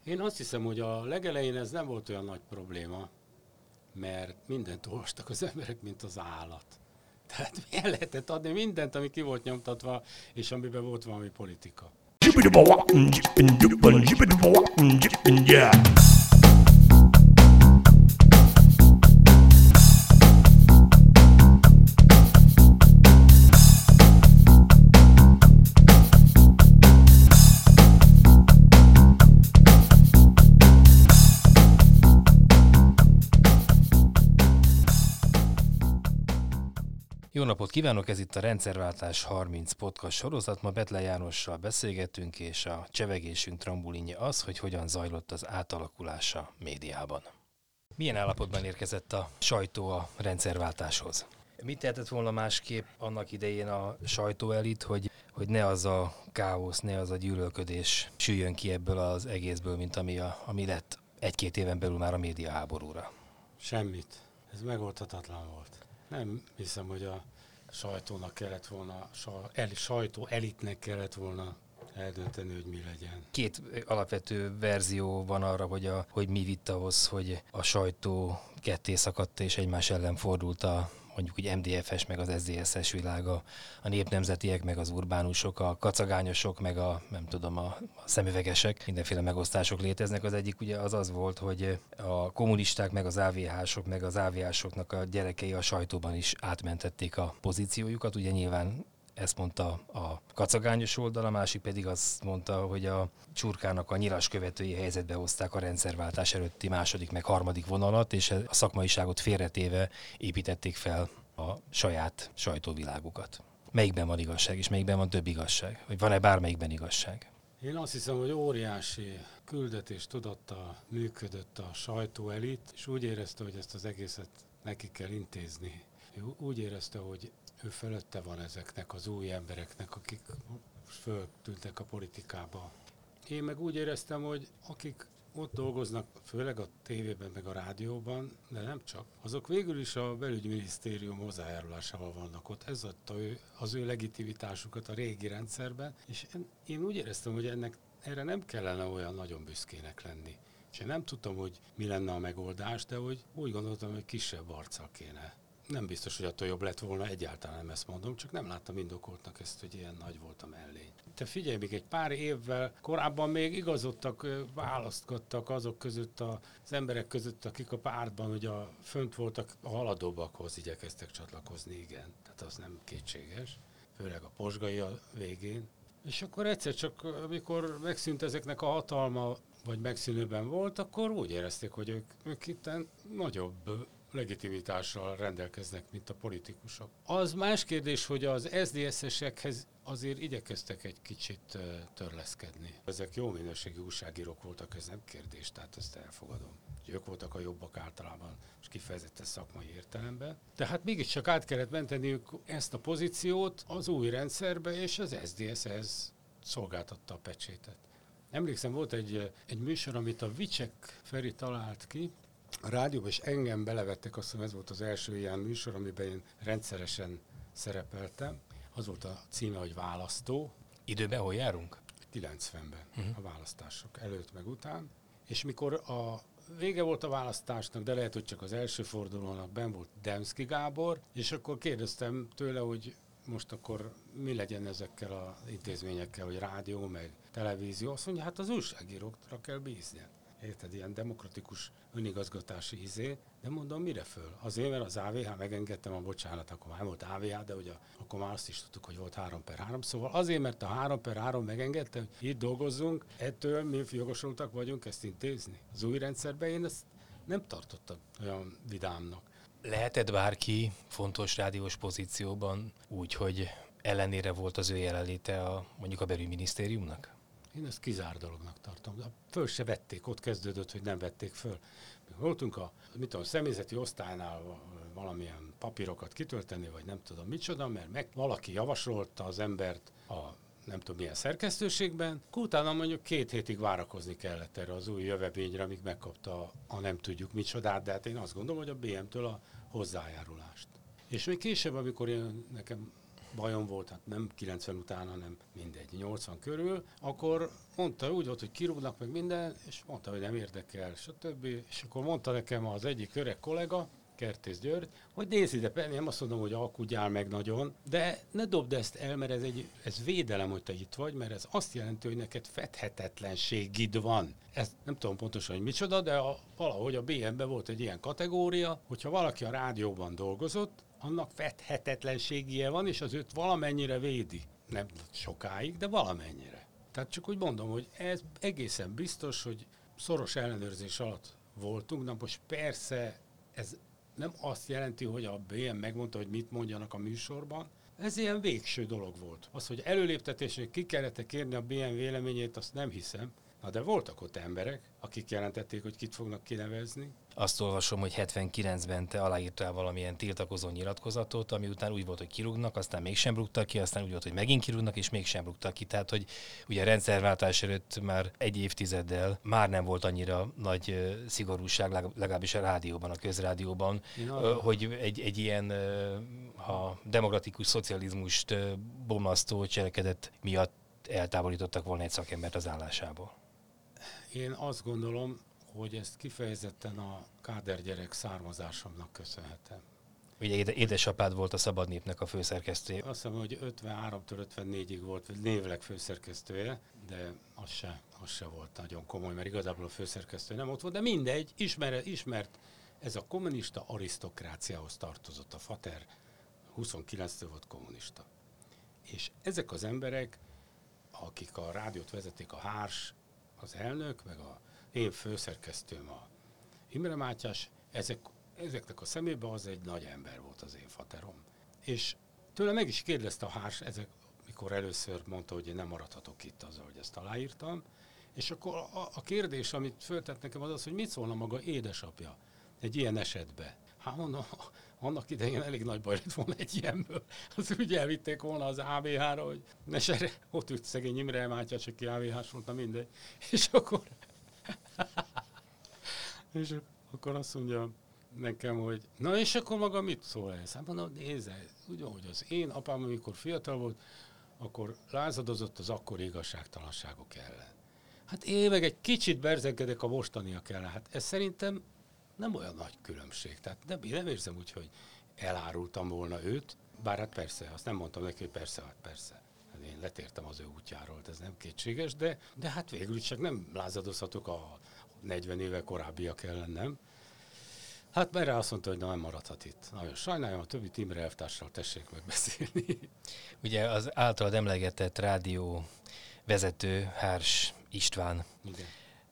Én azt hiszem, hogy a legelején ez nem volt olyan nagy probléma, mert mindent olvastak az emberek, mint az állat. Tehát el lehetett adni mindent, ami ki volt nyomtatva, és amiben volt valami politika. Jó napot kívánok, ez itt a Rendszerváltás 30 podcast sorozat. Ma Bethlen Jánossal beszélgetünk, és a csevegésünk trambulinja az, hogy hogyan zajlott az átalakulása médiában. Milyen állapotban érkezett a sajtó a rendszerváltáshoz? Mit tehetett volna másképp annak idején a sajtóelit, hogy ne az a káosz, ne az a gyűlölködés süljön ki ebből az egészből, mint ami lett egy-két éven belül már a média háborúra? Semmit. Ez megoldhatatlan volt. Nem hiszem, hogy a sajtónak kellett volna, sajtó elitnek kellett volna eldönteni, hogy mi legyen. Két alapvető verzió van arra, hogy mi vitt ahhoz, hogy a sajtó ketté szakadt és egymás ellen fordult mondjuk úgy MDF-es, meg az SZDSZ-es világa, a népnemzetiek, meg az urbánusok, a kacagányosok, meg a szemüvegesek, mindenféle megosztások léteznek. Az egyik ugye az volt, hogy a kommunisták, meg az AVH-sok, meg az AVH-soknak a gyerekei a sajtóban is átmentették a pozíciójukat, ugye nyilván ezt mondta a kacagányos oldal, a másik pedig azt mondta, hogy a Csurkának a nyilas követői helyzetbe hozták a rendszerváltás előtti második meg harmadik vonalat, és a szakmaiságot félretéve építették fel a saját sajtóvilágukat. Melyikben van igazság, és melyikben van több igazság? Vagy van-e bármelyikben igazság? Én azt hiszem, hogy óriási küldetés tudattal működött a sajtóelit, és úgy érezte, hogy ezt az egészet neki kell intézni. Ő úgy érezte, hogy ő fölötte van ezeknek az új embereknek, akik föltűntek a politikába. Én meg úgy éreztem, hogy akik ott dolgoznak, főleg a tévében, meg a rádióban, de nem csak, azok végül is a belügyminisztérium hozzájárulásával vannak ott. Ez adta az ő legitimitásukat a régi rendszerben, és én úgy éreztem, hogy erre nem kellene olyan nagyon büszkének lenni. És én nem tudtam, hogy mi lenne a megoldás, de úgy gondoltam, hogy kisebb arccal kéne. Nem biztos, hogy attól jobb lett volna, egyáltalán nem ezt mondom, csak nem láttam indokoltnak ezt, hogy ilyen nagy volt a mellény. Te figyelj, még egy pár évvel korábban még igazodtak, választgattak azok között az emberek között, akik a pártban ugye fönt voltak, a haladóbbakhoz igyekeztek csatlakozni, igen. Tehát az nem kétséges, főleg a Posgai a végén. És akkor egyszer csak, amikor megszűnt ezeknek a hatalma, vagy megszűnőben volt, akkor úgy érezték, hogy ők itt nagyobb legitimitással rendelkeznek, mint a politikusok. Az más kérdés, hogy az SZDSZ-esekhez azért igyekeztek egy kicsit törleszkedni. Ezek jó minőségű újságírók voltak, ez nem kérdés, tehát ezt elfogadom. Ők voltak a jobbak általában, és kifejezetten szakmai értelemben. Tehát mégiscsak át kellett menteniük ezt a pozíciót az új rendszerbe, és az SZDSZ-hez szolgáltatta a pecsétet. Emlékszem, volt egy műsor, amit a Vicsek Feri talált ki, a rádióban, és engem belevettek, azt hiszem ez volt az első ilyen műsor, amiben én rendszeresen szerepeltem. Az volt a címe, hogy Választó. Időben hol járunk? 90-ben, a választások előtt meg után. És mikor a vége volt a választásnak, de lehet, hogy csak az első fordulónak benn volt Demszky Gábor, és akkor kérdeztem tőle, hogy most akkor mi legyen ezekkel az intézményekkel, hogy rádió, meg televízió. Azt mondja, hát az újságírókra kell bízni. Érted, ilyen demokratikus önigazgatási izé, de mondom, mire föl? Azért, mert az AVH megengedtem, bocsánat, akkor már volt AVH, de ugye akkor már azt is tudtuk, hogy volt 3/3, szóval azért, mert a 3/3 megengedte, hogy itt dolgozzunk, ettől mi jogosultak vagyunk ezt intézni. Az új rendszerben én ezt nem tartottam olyan vidámnak. Lehetett bárki fontos rádiós pozícióban úgy, hogy ellenére volt az ő jelenléte mondjuk a belügyminisztériumnak? Én ezt kizár dolognak tartom. Föl se vették, ott kezdődött, hogy nem vették föl. Voltunk a személyzeti osztálynál valamilyen papírokat kitölteni, vagy nem tudom micsoda, mert valaki javasolta az embert a nem tudom milyen szerkesztőségben, utána mondjuk 2 hétig várakozni kellett erre az új jövevényre, amíg megkapta a nem tudjuk micsodát, de hát én azt gondolom, hogy a BM-től a hozzájárulást. És még később, amikor nekem bajom volt, hát nem 90 után, hanem mindegy, 80 körül, akkor mondta, úgy volt, hogy kirúgnak meg minden, és mondta, hogy nem érdekel, stb. És akkor mondta nekem az egyik öreg kollega, Kertész György, hogy nézd ide, nem azt mondom, hogy alkudjál meg nagyon, de ne dobd ezt el, mert ez védelem, hogy te itt vagy, mert ez azt jelenti, hogy neked fedhetetlenségid van. Ez nem tudom pontosan, hogy micsoda, de valahogy a BM-ben volt egy ilyen kategória, hogyha valaki a rádióban dolgozott, annak fedhetetlenségie van, és az őt valamennyire védi. Nem sokáig, de valamennyire. Tehát csak úgy mondom, hogy ez egészen biztos, hogy szoros ellenőrzés alatt voltunk, de most persze ez nem azt jelenti, hogy a BM megmondta, hogy mit mondjanak a műsorban. Ez ilyen végső dolog volt. Az, hogy előléptetésre ki kellett kérni a BM véleményét, azt nem hiszem. Na de voltak ott emberek, akik jelentették, hogy kit fognak kinevezni. Azt olvasom, hogy 79-ben te aláírtál valamilyen tiltakozó nyilatkozatot, ami után úgy volt, hogy kirúgnak, aztán mégsem rúgtak ki, aztán úgy volt, hogy megint kirúgnak, és mégsem rúgtak ki. Tehát, hogy ugye a rendszerváltás előtt már egy évtizeddel már nem volt annyira nagy szigorúság, legalábbis a rádióban, a közrádióban, hogy egy ilyen a demokratikus szocializmust bomlasztó cselekedet miatt eltávolítottak volna egy szakembert az állásából. Én azt gondolom, hogy ezt kifejezetten a kádergyerek származásomnak köszönhetem. Ugye édesapád volt a Szabad Népnek a főszerkesztője. Azt hiszem, hogy 53-től 54-ig volt névleg főszerkesztője, de az se volt nagyon komoly, mert igazából a főszerkesztő nem ott volt, de mindegy, ismert ez a kommunista arisztokráciához tartozott. A fater 29-től volt kommunista. És ezek az emberek, akik a rádiót vezették, a Hárs, az elnök, meg én főszerkesztőm, a Imre Mátyás, ezeknek a szemében az egy nagy ember volt az én faterom. És tőle meg is kérdezte a Hárs, mikor először mondta, hogy én nem maradhatok itt azzal, hogy ezt aláírtam, és akkor a kérdés, amit föltett nekem, az az, hogy mit szólna maga édesapja egy ilyen esetben. Hát mondom, annak idején elég nagy baj lett volna egy ilyenből. Az úgy elvitték volna az AVH-ra, hogy ne se, ott ült szegény Imre Mátyás, aki AVH-s volt, na mindegy. És akkor azt mondja nekem, hogy na és akkor maga mit szól ez? Hát mondom, nézze, ugyanúgy az én apám, amikor fiatal volt, akkor lázadozott az akkori igazságtalanságok ellen. Hát én meg egy kicsit berzenkedek a mostaniak ellen. Hát ez szerintem nem olyan nagy különbség. Tehát nem érzem úgy, hogy elárultam volna őt, bár hát persze, azt nem mondtam neki, hogy persze. Hát én letértem az ő útjáról, ez nem kétséges, de hát végül is csak nem lázadozhatok a 40 éve korábbiak ellen, nem? Hát erre azt mondta, hogy nem maradhat itt. Nagyon sajnálom, a többi Imre elvtársal tessék megbeszélni. Ugye az általad emlegetett rádió vezető Hárs István. Igen.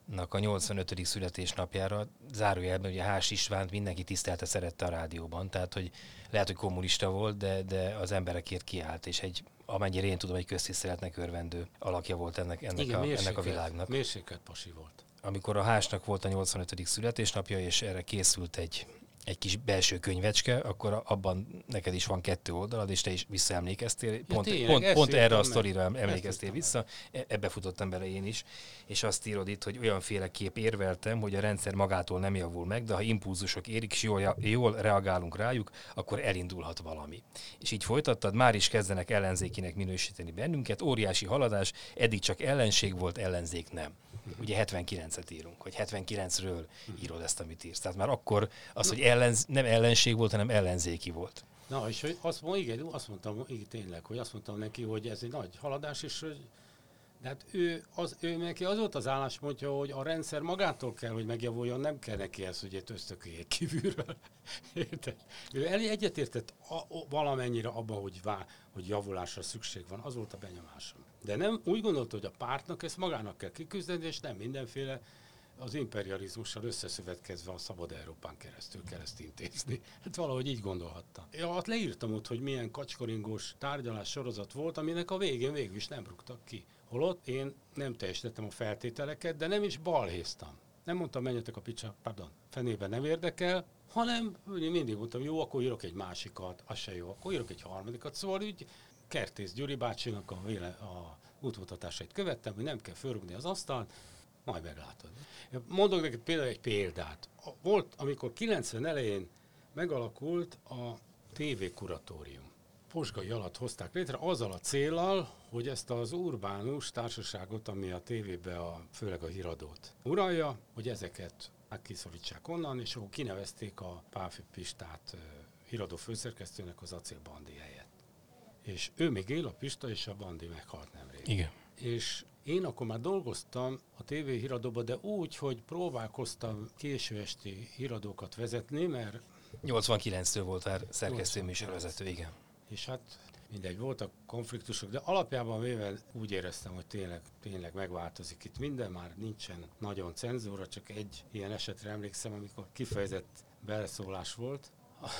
A 85. születésnapjára, zárójelben ugye Hárs Istvánt mindenki tisztelte, szerette a rádióban, tehát hogy lehet, hogy kommunista volt, de az emberekért kiállt, és amennyire én tudom, egy köztiszteletnek örvendő alakja volt ennek a világnak. Mérsékelt pasi volt. Amikor a Hársnak volt a 85. születésnapja, és erre készült egy kis belső könyvecske, akkor abban neked is van 2 oldalad, és te is visszaemlékeztél, pont erre a sztorira emlékeztél vissza, ebbe futottam bele én is, és azt írod itt, hogy olyanféleképp érveltem, hogy a rendszer magától nem javul meg, de ha impulzusok érik, és jól reagálunk rájuk, akkor elindulhat valami. És így folytattad, már is kezdenek ellenzékinek minősíteni bennünket, óriási haladás, eddig csak ellenség volt, ellenzék nem. Ugye 79-et írunk, hogy 79-ről írod ezt, amit írsz. Tehát már akkor az, hogy nem ellenség volt, hanem ellenzéki volt. Na, és hogy azt mondtam, igen, tényleg, hogy azt mondtam neki, hogy ez egy nagy haladás, és hogy de hát ő neki az volt az álláspontja, hogy a rendszer magától kell, hogy megjavuljon, nem kell neki ez, hogy ösztökéljék kívülről. Érted? Ő egyetértett valamennyire abban, hogy javulásra szükség van, az volt a benyomásom. De nem úgy gondolta, hogy a pártnak ezt magának kell kiküzdeni, és nem mindenféle az imperializmussal összeszövetkezve a Szabad Európán keresztül kell ezt intézni. Hát valahogy így gondolhatta. Ja, hát leírtam ott, hogy milyen kacskaringós tárgyalás sorozat volt, aminek a végén végül is nem rúgtak ki. Holott én nem teljesítettem a feltételeket, de nem is balhéztam. Nem mondtam, menjetek a fenében nem érdekel, hanem én mindig mondtam, jó, akkor írok egy másikat, az se jó, akkor írok egy harmadikat. Szóval úgy Kertész Gyuri bácsinak a útmutatásait követtem, hogy nem kell fölrúgni az asztalt, majd meglátod. Mondok neked például egy példát. Volt, amikor 90 elején megalakult a TV kuratórium. Posgai alatt hozták létre azzal a céllal, hogy ezt az urbánus társaságot, ami a tévében főleg a híradót uralja, hogy ezeket kiszorítsák onnan, és akkor kinevezték a Pálffy Pistát híradó főszerkesztőnek az Acél Bandi helyett. És ő még él, a Pista, és a Bandi meghalt nemrég. Igen. És én akkor már dolgoztam a TV híradóban, de úgy, hogy próbálkoztam késő esti híradókat vezetni, mert 89-től voltál szerkesztő műsorvezető, igen. és hát mindegy, voltak konfliktusok, de alapjában véve úgy éreztem, hogy tényleg megváltozik itt minden, már nincsen nagyon cenzúra, csak egy ilyen esetre emlékszem, amikor kifejezett beleszólás volt.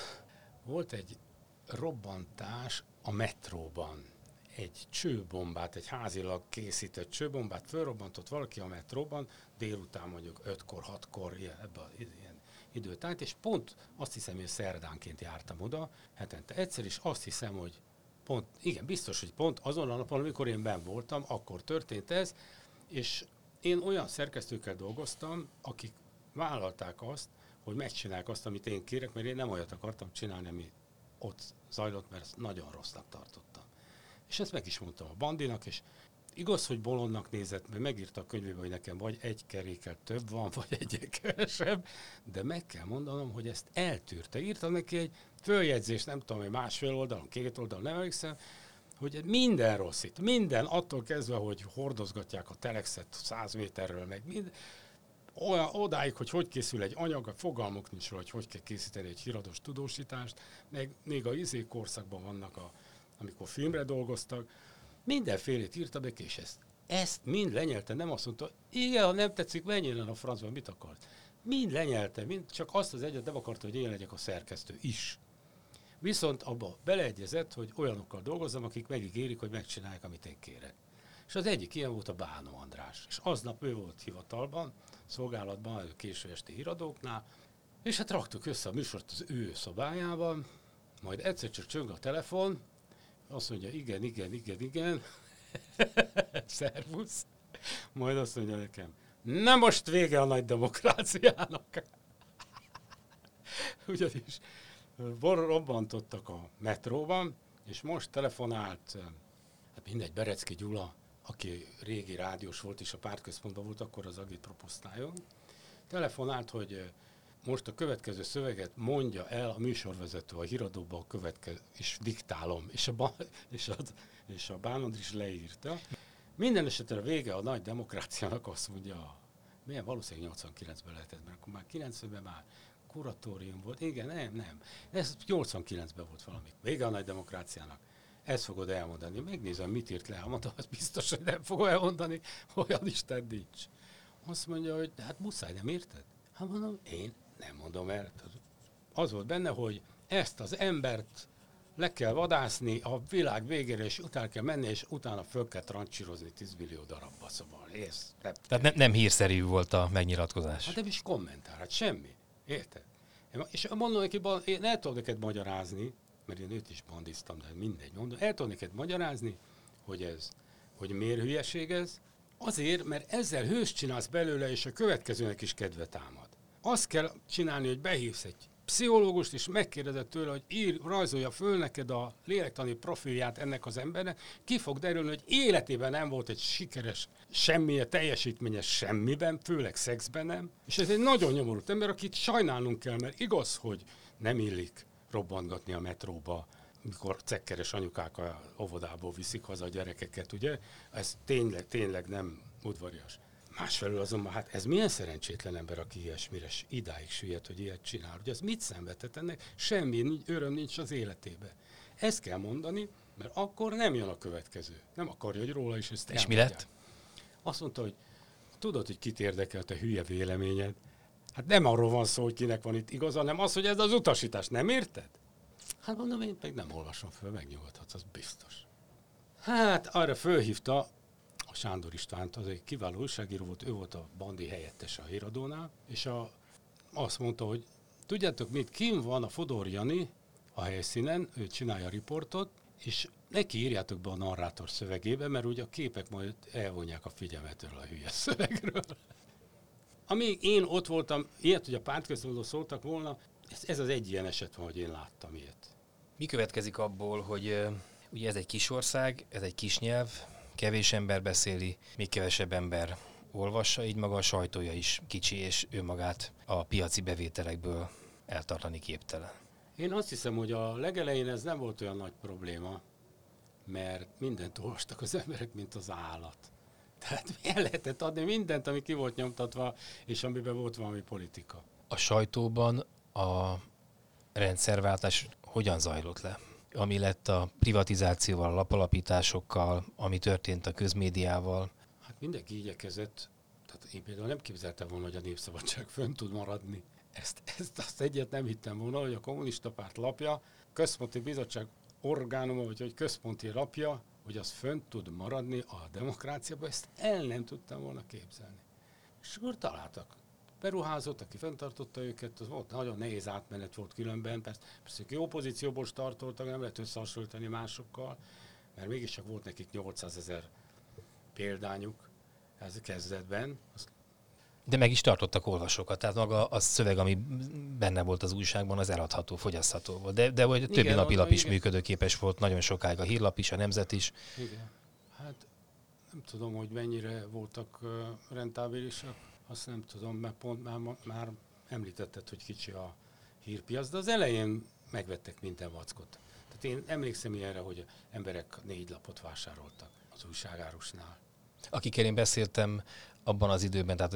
Volt egy robbantás a metróban. Egy csőbombát, egy házilag készített csőbombát fölrobbantott valaki a metróban, délután mondjuk 5-kor, 6-kor, ebben ilyen időtájt, és pont azt hiszem, hogy szerdánként jártam oda, hetente egyszer, és azt hiszem, hogy pont, igen, biztos, hogy pont azon a napon, amikor én benn voltam, akkor történt ez, és én olyan szerkesztőkkel dolgoztam, akik vállalták azt, hogy megcsinálják azt, amit én kérek, mert én nem olyat akartam csinálni, ami ott zajlott, mert ezt nagyon rossznak tartottam. És ezt meg is mondtam a Bandinak, és igaz, hogy bolondnak nézett, mert megírta a könyvében, hogy nekem vagy egy kerékkel több van, vagy egy kevesebb, de meg kell mondanom, hogy ezt eltűrte. Írtam neki egy följegyzést, nem tudom, hogy másfél oldalon, 2 oldalon, nem emlékszem, hogy minden rossz itt. Minden, attól kezdve, hogy hordozgatják a telexet 100 méterről, meg minden. Odáig, hogy készül egy anyag, a fogalmuk nincs róla, hogy kell készíteni egy híradós tudósítást, meg még a korszakban vannak, amikor filmre dolgoztak, mindenfélét írta be, és ezt mind lenyelte, nem azt mondta, igen, ha nem tetszik, menjen a francban, mit akart. Mind lenyelte, csak azt az egyet nem akarta, hogy én legyek a szerkesztő is. Viszont abba beleegyezett, hogy olyanokkal dolgozzam, akik megígérik, hogy megcsinálják, amit én kérek. És az egyik ilyen volt a Bánó András. És aznap ő volt hivatalban, szolgálatban, a késő esti híradóknál, és hát raktuk össze a műsort az ő szobájában, majd egyszer csak csöng a telefon, azt mondja, igen, szervusz, majd azt mondja nekem, na most vége a nagy demokráciának. Ugyanis robbantottak a metróban, és most telefonált, hát mindegy, Berecki Gyula, aki régi rádiós volt, és a pártközpontban volt, akkor az Agitprop-osztályon, telefonált, hogy most a következő szöveget mondja el a műsorvezető a híradóban, a következő, és diktálom, és a Bánod is leírta. Minden esetre a vége a nagy demokráciának azt mondja, milyen valószínűleg 89-ben lehetett, mert akkor már 90-ben már kuratórium volt, igen, nem. Ez 89-ben volt valami. Vége a nagy demokráciának. Ezt fogod elmondani. Megnézem, mit írt le. Mondtam, az biztos, hogy nem fogom elmondani, olyan Isten nincs. Azt mondja, hogy hát muszáj, nem érted? Hát mondom, én nem mondom el. Az volt benne, hogy ezt az embert le kell vadászni a világ végére, és utána kell menni, és utána föl kell trancsírozni 10 millió darabba. Szóval ez... Tehát nem hírszerű volt a megnyilatkozás. Hát nem is kommentár, hát semmi. Érted? És mondom neki, én el tudom neked magyarázni, mert én őt is bandiztam, de mindegy, mondom, el tudom neked magyarázni, hogy miért hülyeség ez. Azért, mert ezzel hőst csinálsz belőle, és a következőnek is kedve támad. Azt kell csinálni, hogy behívsz egy pszichológust, és megkérdezed tőle, hogy rajzolja föl neked a lélektani profilját ennek az embernek, ki fog derülni, hogy életében nem volt egy sikeres, semmilyen teljesítményes semmiben, főleg szexben nem. És ez egy nagyon nyomorult ember, akit sajnálnunk kell, mert igaz, hogy nem illik robbantgatni a metróba, mikor cekkeres anyukák a óvodából viszik haza a gyerekeket, ugye? Ez tényleg nem udvarias. Másfelől azonban, hát ez milyen szerencsétlen ember, aki ilyesmire idáig süllyedt, hogy ilyet csinál. Ugye ez mit szenvedett ennek? Semmi öröm nincs az életébe. Ezt kell mondani, mert akkor nem jön a következő. Nem akarja, hogy róla is ezt elmondják. És mi lett? Azt mondta, hogy tudod, hogy kit érdekel a hülye véleményed? Hát nem arról van szó, hogy kinek van itt igaza, hanem az, hogy ez az utasítás. Nem érted? Hát mondom, én meg nem olvasom föl, megnyugodhatsz, az biztos. Hát arra fölhívta a Sándor Istvánt, az egy kiváló újságíró volt, ő volt a Bandi helyettese a híradónál, és azt mondta, hogy tudjátok mit, kim van a Fodor Jani a helyszínen, ő csinálja a riportot, és neki írjátok be a narrátor szövegébe, mert ugye a képek majd elvonják a figyelmetől a hülye szövegről. Amíg én ott voltam, ilyet, hogy a pártközpontból szóltak volna, ez az egy ilyen eset van, hogy én láttam ilyet. Mi következik abból, hogy ugye ez egy kis ország, ez egy kis nyelv, kevés ember beszéli, még kevesebb ember olvassa, így maga a sajtója is kicsi, és ő magát a piaci bevételekből eltartani képtelen. Én azt hiszem, hogy a legelején ez nem volt olyan nagy probléma, mert mindent olvastak az emberek, mint az állat. Tehát el lehetett adni mindent, ami ki volt nyomtatva, és amiben volt valami politika. A sajtóban a rendszerváltás hogyan zajlott le? Ami lett a privatizációval, a lapalapításokkal, ami történt a közmédiával? Hát mindenki igyekezett, tehát én például nem képzeltem volna, hogy a Népszabadság fönn tud maradni. Azt egyet nem hittem volna, hogy a Kommunista Párt lapja, központi bizottság orgánuma, vagy hogy központi lapja, hogy az fönn tud maradni a demokráciában, ezt el nem tudtam volna képzelni. És akkor találtak beruházót, aki fenntartotta őket, az volt nagyon nehéz átmenet volt különben, persze jó pozícióból startoltak, nem lehet összehasonlítani másokkal, mert mégiscsak volt nekik 800 000 példányuk ez kezdetben. De meg is tartottak olvasókat, tehát maga a szöveg, ami benne volt az újságban, az eladható, fogyasztható volt. De hogy a többi napilap is működőképes volt, nagyon sokáig a Hírlap is, a Nemzet is. Igen. Hát nem tudom, hogy mennyire voltak rentábilisak, azt nem tudom, mert pont már említetted, hogy kicsi a hírpiac, de az elején megvettek minden vackot. Tehát én emlékszem ilyenre, hogy emberek 4 lapot vásároltak az újságárusnál. Akikkel én beszéltem abban az időben, tehát a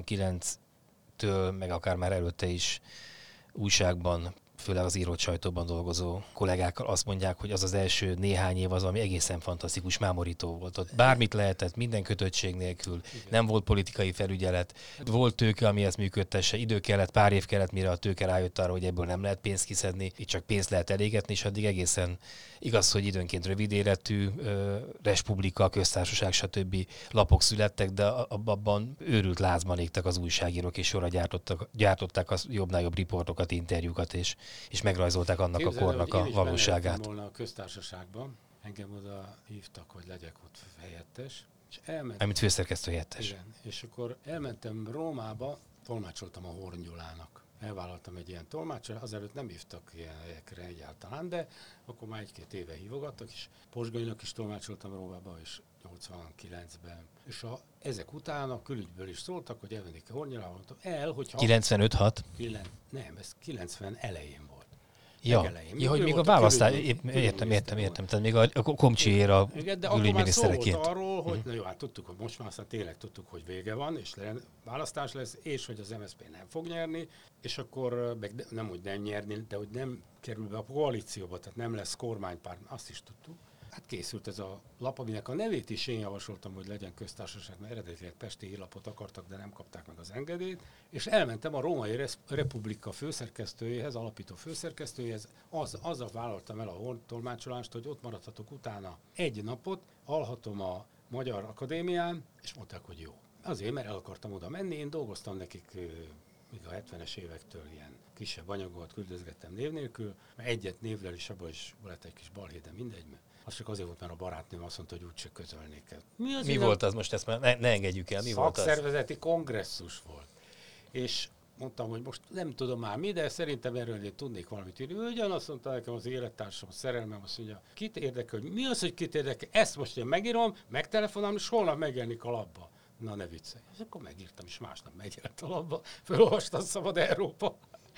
89-től, meg akár már előtte is újságban, főleg az írott sajtóban dolgozó kollégákkal azt mondják, hogy az első néhány év az, ami egészen fantasztikus, mámorító volt. Ott bármit lehetett, minden kötöttség nélkül, igen. Nem volt politikai felügyelet, volt tőke, ami ezt működtesse, idő kellett, pár év kellett, mire a tőke rájött arra, hogy ebből nem lehet pénzt kiszedni, itt csak pénzt lehet elégetni, és addig egészen igaz, hogy időnként rövid életű, Respublika, Köztársaság, stb. Lapok születtek, de abban őrült lázban égtek az újságírók, és sorra gyártották a jobbnál jobb riportokat, interjúkat, és megrajzolták annak a kornak a valóságát. Én volna a Köztársaságban, engem oda hívtak, hogy legyek ott helyettes. Amit főszerkesztő helyettes. Igen, és akkor elmentem Rómába, tolmácsoltam a Horn Gyulának. Elvállaltam egy ilyen tolmácsot, azelőtt nem hívtak ilyen helyekre egyáltalán, de akkor már 1-2 éve hívogattak, és Pozsgainak is tolmácsoltam Rómába, és 89-ben. És ezek után a külügyből is szóltak, hogy elvennék a Horn Gyulával, mondtam el, hogyha... 95-6? Nem, ez 90 elején volt. Ja, hogy még a választás, értem. Tehát még a Komcsiéra külügyminisztereként. De akkor már szó volt arról, hogy na jó, hát tudtuk, hogy most már aztán tényleg tudtuk, hogy vége van, és választás lesz, és hogy az MSZP nem fog nyerni, és akkor nem, hogy nem nyerni, de hogy nem kerül be a koalícióba, tehát nem lesz kormánypárt, azt is tudtuk. Hát készült ez a lap, aminek a nevét is én javasoltam, hogy legyen köztársaság, mert eredetileg pesti hírlapot akartak, de nem kapták meg az engedélyt, és elmentem a Római Republika főszerkesztőjéhez, alapító főszerkesztőjéhez, azzal vállaltam el a hontolmácsolást, hogy ott maradhatok utána 1 napot, alhatom a Magyar Akadémián, és mondták, hogy jó. Azért, mert el akartam oda menni, én dolgoztam nekik még a 70-es évektől ilyen kisebb anyagokat küldözgettem név nélkül, egyet névvel is, abban is volt egy kis balhé, de mindegy, az csak azért volt, mert a barátnőm azt mondta, hogy úgyse közölnék el. Mi volt az most, ezt már ne engedjük el, mi volt az? Szakszervezeti kongresszus volt. És mondtam, hogy most nem tudom már mi, de szerintem erről én tudnék valamit írni. Ő ugyanazt mondta nekem az élettársam, a szerelmem, azt mondja, kit érdekel, hogy mi az, hogy kit érdekel, ezt most én megírom, megtelefonálom, és holnap megjelenik a lapba. Na ne viccelj. És akkor megírtam, és másnap megjelent a lapba, felolvastam Szabad Európa.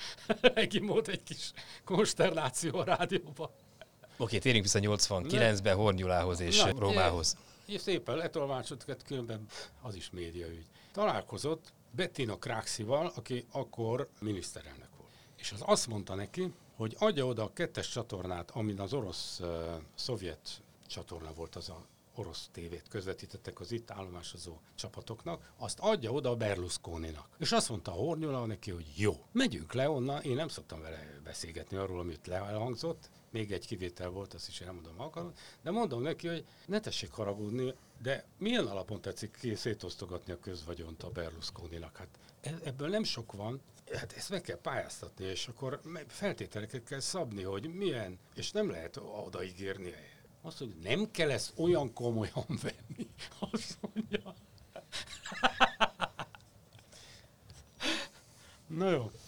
Megint volt egy kis konsternáció a rádióban. Oké, térjünk vissza 89-ben Horn Gyulához és Rómához. És szépen letolmácsoltuk, különben az is médiaügy. Találkozott Bettina Craxival, aki akkor miniszterelnök volt. És az azt mondta neki, hogy adja oda a 2-es csatornát, amin az orosz-szovjet csatorna volt, az a orosz tévét közvetítettek az itt állomásozó csapatoknak, azt adja oda a Berlusconinak. És azt mondta a Horn Gyula neki, hogy jó, megyünk le onnan, én nem szoktam vele beszélgetni arról, amit lehangzott, még egy kivétel volt, azt is én nem mondom alkalmat, de mondom neki, hogy ne tessék haragudni, de milyen alapon tetszik szétosztogatni a közvagyont a Berlusconinak? Hát ebből nem sok van, hát ezt meg kell pályáztatni, és akkor feltételeket kell szabni, hogy milyen, és nem lehet odaígérni. Azt mondja, nem kell ezt olyan komolyan venni. Azt mondja. Na jó.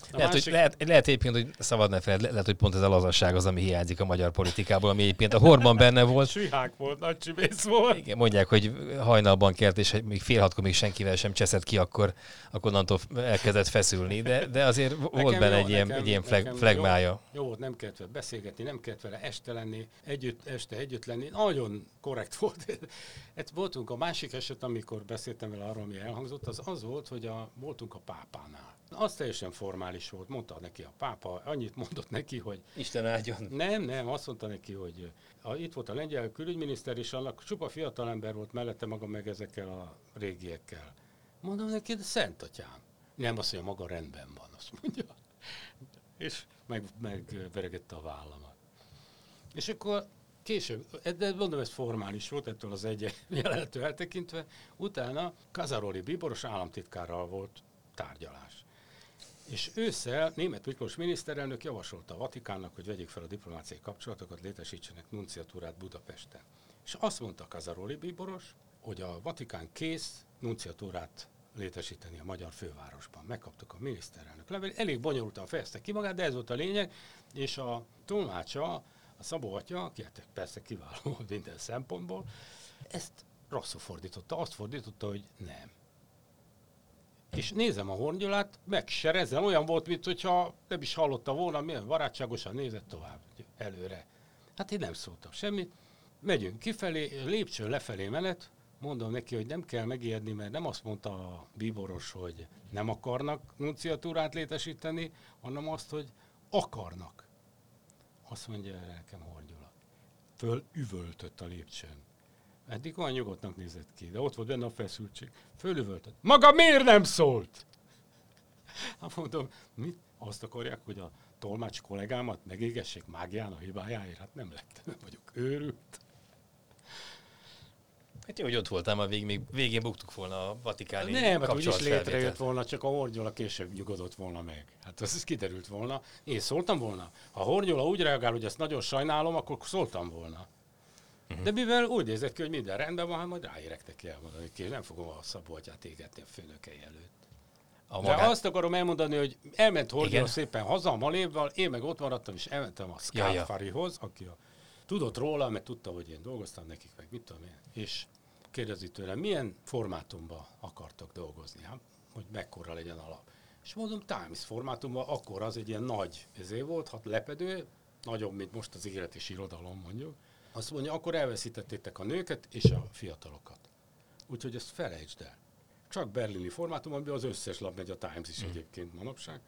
Lehet egyébként, hogy szabad ne feled, lehet, hogy pont ez a lazasság az, ami hiányzik a magyar politikából, ami egyébként a Horban benne volt. Sihák volt, nagy csibész volt. Igen, mondják, hogy hajnalban kelt, és még fél hatkor még senkivel sem cseszett ki, akkor onnantól elkezdett feszülni, de azért volt benne egy ilyen flegmája. Jó volt, nem kellett vele beszélgetni, nem kellett vele este lenni, este együtt lenni, nagyon korrekt volt. Voltunk a másik eset, amikor beszéltem vele arról, ami elhangzott, az volt, hogy voltunk a pápánál. Az teljesen formális volt, mondta neki a pápa, annyit mondott neki, hogy... Isten áldjon. Nem, azt mondta neki, hogy itt volt a lengyel külügyminiszter, és annak csupa fiatalember volt mellette maga meg ezekkel a régiekkel. Mondom neki, de Szent Atyám. Nem, azt mondja, maga rendben van, azt mondja. És megveregette a vállamat. És akkor később, de mondom, ez formális volt, ettől az egy jelenetől eltekintve, utána Casaroli Bíboros államtitkárral volt tárgyalás. És ősszel Németh Miklós miniszterelnök javasolta a Vatikánnak, hogy vegyék fel a diplomáciai kapcsolatokat, létesítsenek nunciatúrát Budapesten. És azt mondta Casaroli Bíboros, hogy a Vatikán kész nunciatúrát létesíteni a magyar fővárosban. Megkaptuk a miniszterelnök levelét, elég bonyolultan fejezte ki magát, de ez volt a lényeg, és a tolmácsa, a Szabó atya, aki persze kiváló minden szempontból, ezt rosszul fordította, azt fordította, hogy nem. És nézem a Horn Gyulát, megserezem, olyan volt, mintha nem is hallotta volna, milyen barátságosan nézett tovább, előre. Hát én nem szóltam semmit, megyünk kifelé, lépcsőn lefelé menet, mondom neki, hogy nem kell megijedni, mert nem azt mondta a bíboros, hogy nem akarnak nunciatúrát létesíteni, hanem azt, hogy akarnak. Azt mondja nekem Horn Gyula. Fölüvöltött a lépcsőn. Eddig olyan nyugodtnak nézett ki, de ott volt benne a feszültség. Fölüvöltött. Maga miért nem szólt? Hát mondom, mit? Azt akarják, hogy a tolmács kollégámat megégessék mágián a hibájáért? Hát nem lett, nem vagyok őrült. Hát jó, hogy ott voltál, már végén buktuk volna a vatikáni nem, hát úgyis kapcsolatfelvételt. létrejött volna, csak a Horn Gyula később nyugodott volna meg. Hát ez kiderült volna. Én szóltam volna. Ha Horn Gyula úgy reagál, hogy ezt nagyon sajnálom, akkor szóltam volna. De mivel úgy nézett ki, hogy minden rendben van, hát majd ráérek neki elmondani, hogy nem fogom a Szabó atyát égetni a főnökei előtt. De azt akarom elmondani, hogy elment Horn Gyula szépen haza a Malévval, én meg ott maradtam, és elmentem a Scalfarihoz, aki tudott róla, mert tudta, hogy én dolgoztam nekik, meg mit tudom én. És kérdezi tőlem, milyen formátumban akartok dolgozni, hát, hogy mekkora legyen alap. És mondom, Times formátumban, akkor az egy ilyen nagy volt, lepedő, nagyobb, mint most az élet és irodalom mondjuk. Azt mondja, akkor elveszítettétek a nőket és a fiatalokat. Úgyhogy ezt felejtsd el. Csak berlini formátum, amiben az összes lap megy, a Times is egyébként manapság.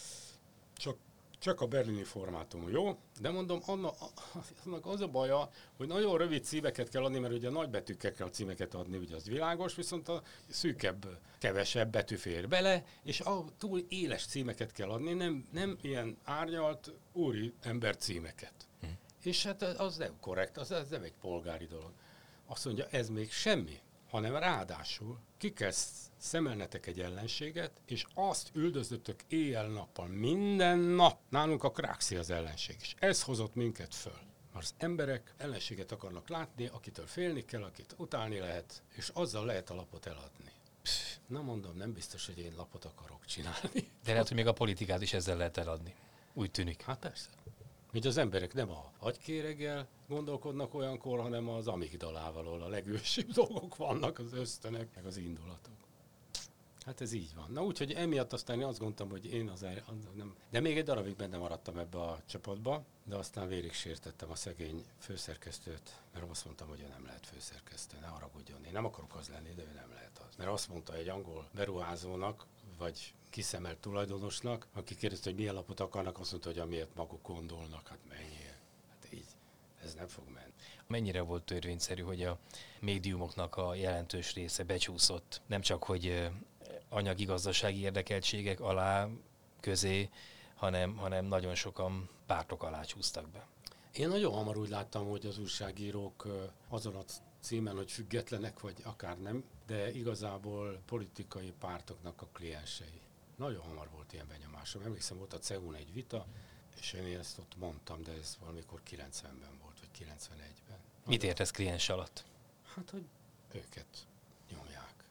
Csak a berlini formátum jó, de mondom, annak az a baja, hogy nagyon rövid címeket kell adni, mert ugye nagybetűkkel kell címeket adni, ugye az világos, viszont a szűkebb, kevesebb betű fér bele, és a túl éles címeket kell adni, nem ilyen árnyalt úri ember címeket. És hát az nem korrekt, az nem egy polgári dolog. Azt mondja, ez még semmi, hanem ráadásul ki kell szemelnetek egy ellenséget, és azt üldözöttök éjjel-nappal, minden nap. Nálunk a Kráxi az ellenség, és ez hozott minket föl. Mert az emberek ellenséget akarnak látni, akitől félni kell, akit utálni lehet, és azzal lehet a lapot eladni. Na mondom, nem biztos, hogy én lapot akarok csinálni. De lehet, hogy még a politikát is ezzel lehet eladni. Úgy tűnik. Hát persze. Hogy az emberek nem a agykéreggel gondolkodnak olyankor, hanem az amigdalával, ahol a legősibb dolgok vannak, az ösztönök, meg az indulatok. Hát ez így van. Na úgyhogy emiatt aztán én azt gondoltam, hogy én nem... De még egy darabig benne maradtam ebbe a csapatba, de aztán vérig sértettem a szegény főszerkesztőt, mert azt mondtam, hogy ő nem lehet főszerkesztő, ne haragudjon. Én nem akarok az lenni, de ő nem lehet az. Mert azt mondta egy angol beruházónak, vagy kiszemelt tulajdonosnak, aki kérdezte, hogy milyen lapot akarnak, azt mondta, hogy amiért maguk gondolnak, hát menjél. Hát így, ez nem fog menni. Mennyire volt törvényszerű, hogy a médiumoknak a jelentős része becsúszott, nem csak, hogy anyagi gazdasági érdekeltségek alá, közé, hanem nagyon sokan pártok alá csúsztak be. Én nagyon hamar úgy láttam, hogy az újságírók azon a címen, hogy függetlenek, vagy akár nem, de igazából politikai pártoknak a kliensei. Nagyon hamar volt ilyen benyomásom. Emlékszem, volt a CEU-n egy vita, és én ezt ott mondtam, de ez valamikor 90-ben volt, vagy 91-ben. Mit értesz kliens alatt? Hát, hogy őket nyomják.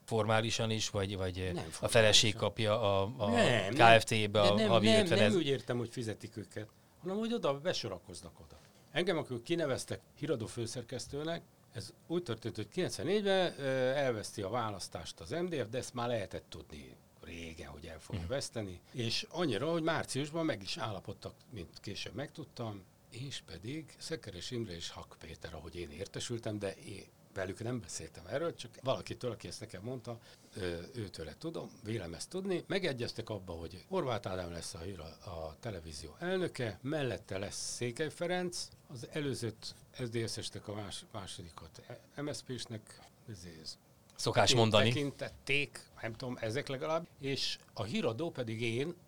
formálisan is, vagy formálisan. a feleség kapja a nem, KFT-be a havi 50 nem úgy értem, hogy fizetik őket, hanem hogy oda besorakoznak oda. Engem, akkor kineveztek híradó főszerkesztőnek, ez úgy történt, hogy 94-ben elveszti a választást az MDF, de ezt már lehetett tudni régen, hogy el fogja veszteni, és annyira, hogy márciusban meg is állapodtak, mint később megtudtam, és pedig Szekeres Imre és Hak Péter, ahogy én értesültem, de én velük nem beszéltem erről, csak valakitől, aki ezt nekem mondta, őtőle tudom, vélem ezt tudni, megegyeztek abba, hogy Horváth Ádám lesz a televízió elnöke, mellette lesz Székely Ferenc, az előzőt SZDSZ-esnek a másodikat MSZP-snek, szokás mondani. Tekintették, nem tudom, ezek legalább, és a híradó pedig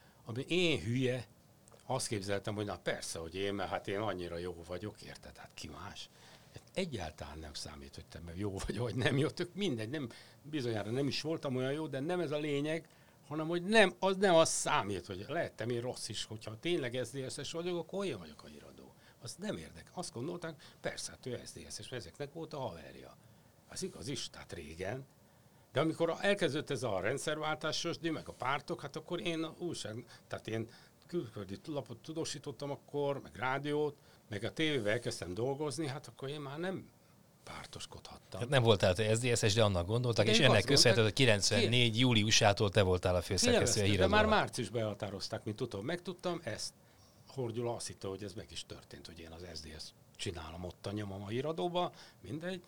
én hülye, azt képzeltem, hogy na persze, hogy én, mert hát én annyira jó vagyok, érted, hát ki más. Egyáltalán nem számít, hogy te jó vagy, vagy nem jó, tök mindegy, nem, bizonyára nem is voltam olyan jó, de nem ez a lényeg, hanem hogy nem az számít, hogy lehettem én rossz is, hogyha tényleg SZDSZ-es vagyok, akkor olyan vagyok a híradó. Az nem érdekel. Azt gondolták, persze, hát ő SZDSZ-es, ezeknek volt a haverja. Az igaz is, tehát régen. De amikor elkezdődött ez a rendszerváltásos, meg a pártok, hát akkor én tehát én külföldi lapot tudósítottam akkor, meg rádiót, meg a tévével elkezdtem dolgozni, hát akkor én már nem pártoskodhattam. Hát nem voltál te SZDSZ-es, de annak gondoltak, és ennek köszönhető, hogy 94. júliusától te voltál a főszerkesztő a híradónak. De már márciusban elhatározták, mint tudom, megtudtam, ezt Horgyula azt hitte, hogy ez meg is történt, hogy én az SZDSZ csinálom, ott a nyomom a híradóba, mindegy.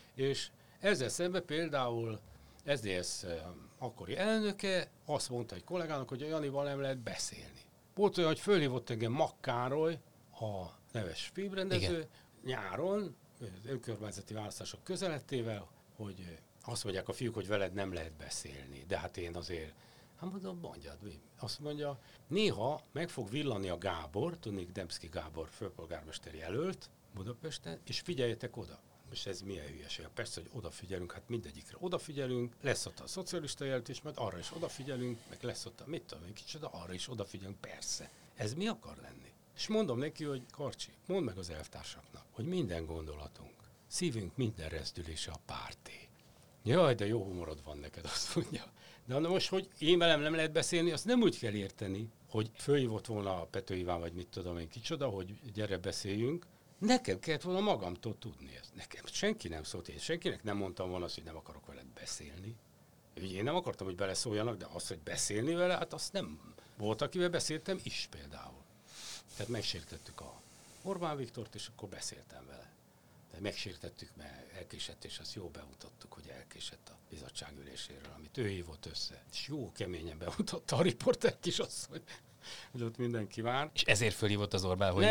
És ezzel szemben például SZDSZ akkori elnöke azt mondta egy kollégának, hogy a Janival nem lehet beszélni. Volt olyan, hogy fölhívott engem Makkároly, a neves filmrendező, nyáron, önkormányzati választások közelettével, hogy azt mondják a fiúk, hogy veled nem lehet beszélni. De hát én azért, hát mondom, mondjad, azt mondja, néha meg fog villani a Gábor, tudnék Demszky Gábor főpolgármester jelölt Budapesten, és figyeljetek oda. Most ez milyen hülyeség? Persze, hogy odafigyelünk, hát mindegyikre odafigyelünk, lesz ott a szocialista jelöltés, majd arra is odafigyelünk, meg lesz ott a mit tudom én kicsoda, arra is odafigyelünk, persze. Ez mi akar lenni? És mondom neki, hogy Karcsi, mondd meg az elvtársaknak, hogy minden gondolatunk, szívünk minden rezdülése a párté. Jaj, de jó humorod van neked, azt mondja. De most, hogy én velem nem lehet beszélni, azt nem úgy kell érteni, hogy fölhívott volna a Pető Iván, vagy mit tudom én kicsoda, hogy gyere beszéljünk. Nekem kellett volna magamtól tudni ezt. Nekem senki nem szólt, én senkinek nem mondtam volna azt, hogy nem akarok veled beszélni. Én nem akartam, hogy beleszóljanak, de azt, hogy beszélni vele, hát azt nem volt, akivel beszéltem is például. Tehát megsértettük a Orbán Viktort, és akkor beszéltem vele. De megsértettük, mert elkésett, és azt jó bemutattuk, hogy elkésett a bizottságüléséről, amit ő hívott össze. És jó keményen bemutatta a riporter kisasszony, hogy ott mindenki vár. És ezért fölhívott az Orbán, hogy...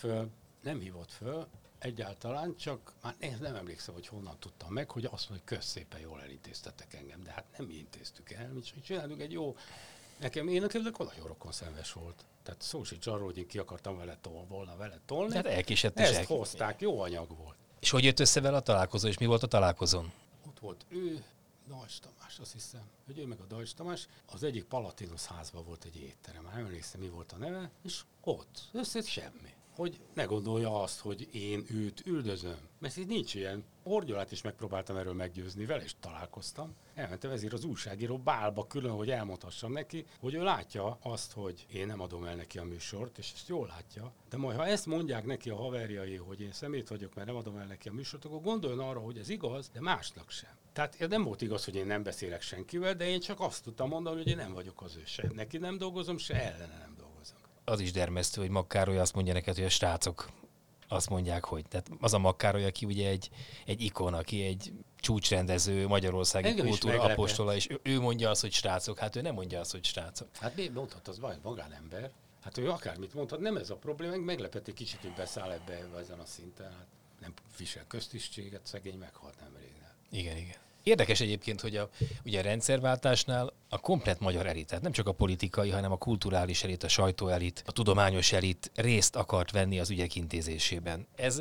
Nem hívott föl, egyáltalán, csak már nem emlékszem, hogy honnan tudtam meg, hogy azt mondja, hogy szépen jól elintéztetek engem, de hát nem mi intéztük el, mi csináltuk egy jó... Nekem nagyon rokonszenves volt. Tehát szó sincs arról, hogy én ki akartam volna vele tolni. Tehát elkésett is. Ezt hozták, jó anyag volt. És hogy jött össze vele a találkozó, és mi volt a találkozón? Ott volt ő, Dajcs Tamás, azt hiszem, hogy ő meg a Dajcs Tamás, az egyik Palatinus házban volt egy étterem, már emlékszem, mi volt a neve, és ott össze semmi. Hogy ne gondolja azt, hogy én őt üldözöm. Mert így nincs ilyen. Horgyolát is megpróbáltam erről meggyőzni, vele is találkoztam. Elmentem ezért az újságíró bálba külön, hogy elmondhassam neki, hogy ő látja azt, hogy én nem adom el neki a műsort, és ezt jól látja. De majd, ha ezt mondják neki a haverjai, hogy én szemét vagyok, mert nem adom el neki a műsort, akkor gondoljon arra, hogy ez igaz, de másnak sem. Tehát ez nem volt igaz, hogy én nem beszélek senkivel, de én csak azt tudtam mondani, hogy én nem vagyok az ő se. Neki nem dolgozom, se ellene nem dolgozom. Az is dermesztő, hogy Makkároly azt mondja neked, hogy a srácok azt mondják, hogy. Tehát az a Makkároly, aki ugye egy ikon, aki egy csúcsrendező, magyarországi kultúra apostola, és ő mondja azt, hogy srácok, hát ő nem mondja azt, hogy srácok. Hát mi mondhat, az magánember. Hát ő akármit mondhat, nem ez a probléma, meglepett egy kicsit, hogy beszáll ebbe ezen a szinten. Hát nem visel köztisztséget, szegény meghalt nemrég. Igen. Érdekes egyébként, hogy ugye a rendszerváltásnál a komplett magyar elit, tehát nem csak a politikai, hanem a kulturális elit, a sajtóelit, a tudományos elit részt akart venni az ügyek intézésében. Ez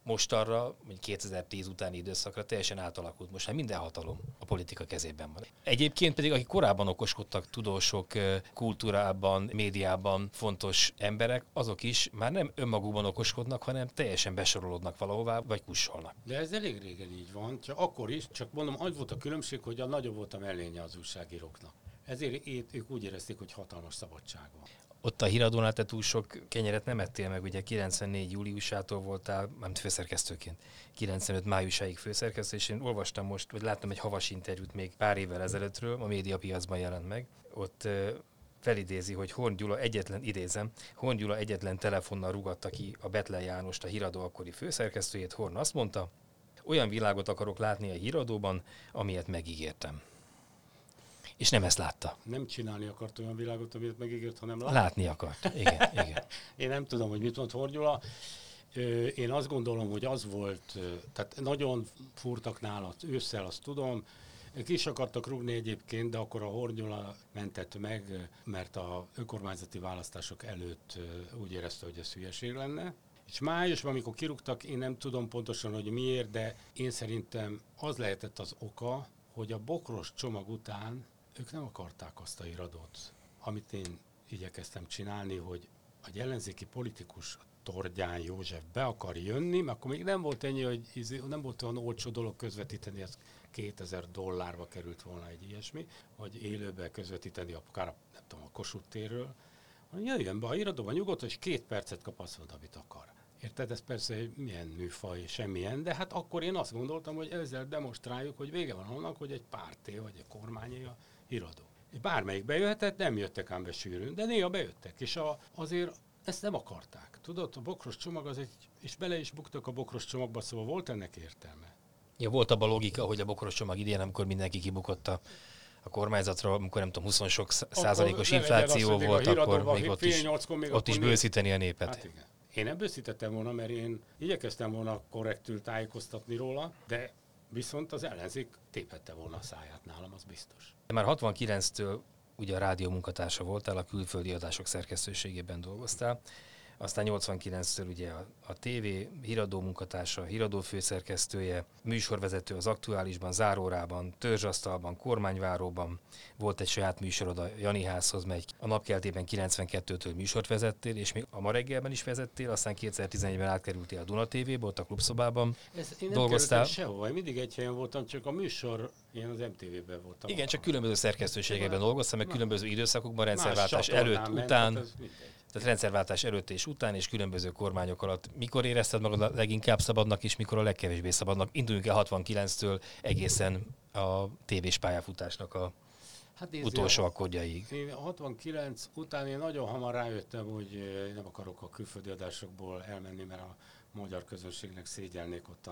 mostanra, vagy 2010 utáni időszakra teljesen átalakult. Most már minden hatalom a politika kezében van. Egyébként pedig, akik korábban okoskodtak, tudósok, kultúrában, médiában fontos emberek, azok is már nem önmagukban okoskodnak, hanem teljesen besorolódnak valahová, vagy kussolnak. De ez elég régen így van, csak akkor is, csak mondom, az volt a különbség, hogy a nagyobb volt a mellénye az újságíróknak. Ezért ők úgy érezték, hogy hatalmas szabadság van. Ott a híradónál te túl sok kenyeret nem ettél meg, ugye 94 júliusától voltál, nem főszerkesztőként, 95 májusáig főszerkesztő, és én olvastam most, vagy láttam egy havas interjút még pár évvel ezelőttről, a Médiapiacban jelent meg, ott felidézi, hogy Horn Gyula egyetlen telefonnal rúgatta ki a Bethlen Jánost, a híradó akkori főszerkesztőjét. Horn azt mondta, olyan világot akarok látni a híradóban, amilyet megígértem. És nem ezt látta. Nem csinálni akart olyan világot, amit megígért, hanem látni akart. Igen. Én nem tudom, hogy mit mond Horn Gyula. Én azt gondolom, hogy az volt, tehát nagyon fúrtak nála ősszel, azt tudom. Ki is akartak rúgni egyébként, de akkor a Horn Gyula mentett meg, mert a önkormányzati választások előtt úgy érezte, hogy ez hülyeség lenne. És májusban, amikor kirúgtak, én nem tudom pontosan, hogy miért, de én szerintem az lehetett az oka, hogy a bokros csomag után ők nem akarták azt a híradót, amit én igyekeztem csinálni, hogy egy ellenzéki politikus, Tordján József be akar jönni, mert akkor még nem volt ennyi, hogy nem volt olyan olcsó dolog közvetíteni, ez $2000 került volna egy ilyesmi, vagy élőben közvetíteni akár nem tudom, a Kossuth térről, hogy jöjjön be a híradóba nyugodtan, és 2 percet kap, azt mondta, amit akar. Érted? Ez persze milyen műfaj, semmilyen, de hát akkor én azt gondoltam, hogy ezzel demonstráljuk, hogy vége van annak, hogy egy párté vagy egy kormányé a híradó. Bármelyik bejöhetett, nem jöttek ám be sűrűn, de néha bejöttek, és azért ezt nem akarták. Tudod, a bokros csomag az és bele is buktak a bokros csomagba, szóval volt ennek értelme. Ja, volt abban logika, hogy a bokros csomag idén, amikor mindenki kibukott a kormányzatra, amikor nem tudom, 20 sok százalékos infláció volt, akkor még ott is bőszíteni a népet. Hát igen. Én nem bőszítettem volna, mert én igyekeztem volna korrektül tájékoztatni róla, de viszont az ellenzék tépette volna a száját nálam, az biztos. Már 69-től ugye a rádió munkatársa voltál, a külföldi adások szerkesztőségében dolgoztál, aztán 89-től ugye a TV híradó munkatársa, híradó főszerkesztője, műsorvezető az Aktuálisban, Zárórában, Törzsasztalban, Kormányváróban, volt egy saját műsorod, a Janiházhoz megy, a Napkeltében 92-től műsort vezettél, és még a Ma reggelben is vezettél, aztán 2011-ben átkerültél a Duna TV-be, ott a klubszobában én dolgoztál. Sehova, én mindig egy helyen voltam, csak a műsor, én az MTV-ben voltam. Igen, csak különböző szerkesztőségekben dolgoztam, meg különböző időszakokban, rendszerváltás előtt, után. Tehát rendszerváltás előtt és után, és különböző kormányok alatt. Mikor érezted magad a leginkább szabadnak, és mikor a legkevésbé szabadnak? Induljunk el 69-től egészen a tévés pályafutásnak a utolsó akkordjaiig. Én 69 után én nagyon hamar rájöttem, hogy nem akarok a külföldi adásokból elmenni, mert a magyar közönségnek szégyelnék ottan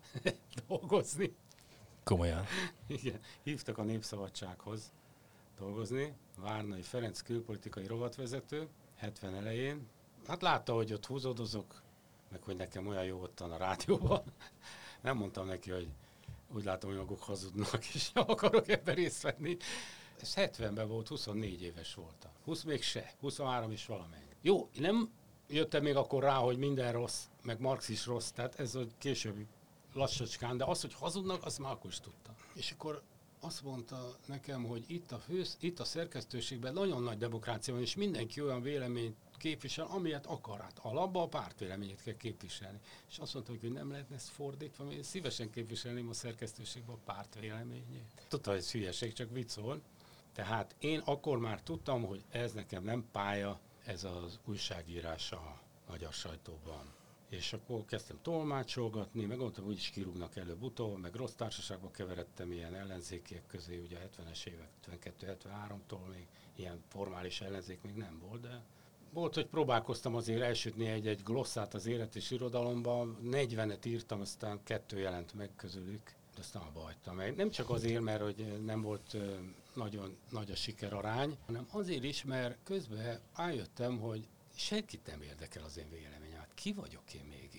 dolgozni. Komolyan. Igen, hívtak a Népszabadsághoz dolgozni. Várnai Ferenc külpolitikai rovatvezető, 70 elején. Hát látta, hogy ott húzódozok, meg hogy nekem olyan jó ottan a rádióban. Nem mondtam neki, hogy úgy látom, hogy maguk hazudnak, és nem akarok ebben részt venni. Ez 70-ben volt, 24 éves voltam. 20 még se, 23 is valamennyi. Jó, nem jöttem még akkor rá, hogy minden rossz, meg Marx is rossz, tehát ez a későbbi lassacskán, de az, hogy hazudnak, azt már akkor is tudtam. És akkor azt mondta nekem, hogy itt a szerkesztőségben nagyon nagy demokrácia van, és mindenki olyan véleményt képvisel, amilyet akar. Hát alapban a párt véleményét kell képviselni. És azt mondta, hogy nem lehetne ezt fordítva, mert én szívesen képviselném a szerkesztőségben a párt véleményét. Tudta, hogy ez hülyeség, csak vicc volt. Tehát én akkor már tudtam, hogy ez nekem nem pálya, ez az újságírás a magyar sajtóban. És akkor kezdtem tolmácsolgatni, meg mondtam, úgyis kirúgnak előbb-utóbb, meg rossz társaságba keveredtem ilyen ellenzékiek közé, ugye a 70-es évek, 52-73-tól még ilyen formális ellenzék még nem volt, de volt, hogy próbálkoztam azért elsütni egy glosszát az élet és irodalomban, 40-et írtam, aztán 2 jelent meg közülük, de aztán abba hagytam meg. Nem csak azért, mert hogy nem volt nagyon nagy a sikerarány, hanem azért is, mert közben rájöttem, hogy senkit nem érdekel az én véleményem. Ki vagyok én mégis?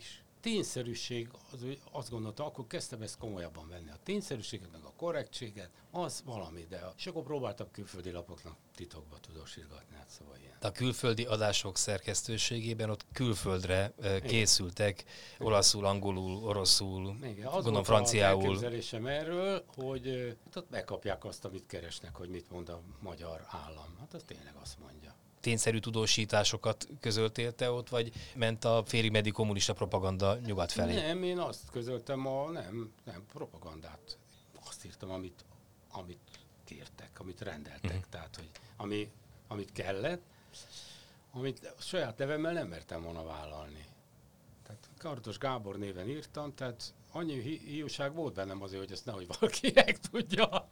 tényszerűség, azt gondolta, akkor kezdtem ezt komolyabban venni. A tényszerűséget, meg a korrektséget, az valami, és akkor próbáltam külföldi lapoknak titokba tudósítgatni, hát szóval ilyen. A külföldi adások szerkesztőségében ott külföldre készültek, olaszul, angolul, oroszul, gondolom franciául. Az elképzelésem erről, hogy ott megkapják azt, amit keresnek, hogy mit mond a magyar állam. Hát az tényleg azt mondja. Tényszerű tudósításokat közöltél te ott, vagy ment a félig meddig kommunista propaganda nyugat felé? Nem, én azt közöltem, nem propagandát. Azt írtam, amit kértek, amit rendeltek, tehát, hogy amit kellett, amit a saját nevemmel nem mertem volna vállalni. Tehát Kardos Gábor néven írtam, tehát annyi hiúság volt bennem azért, hogy ezt nehogy valaki tudja.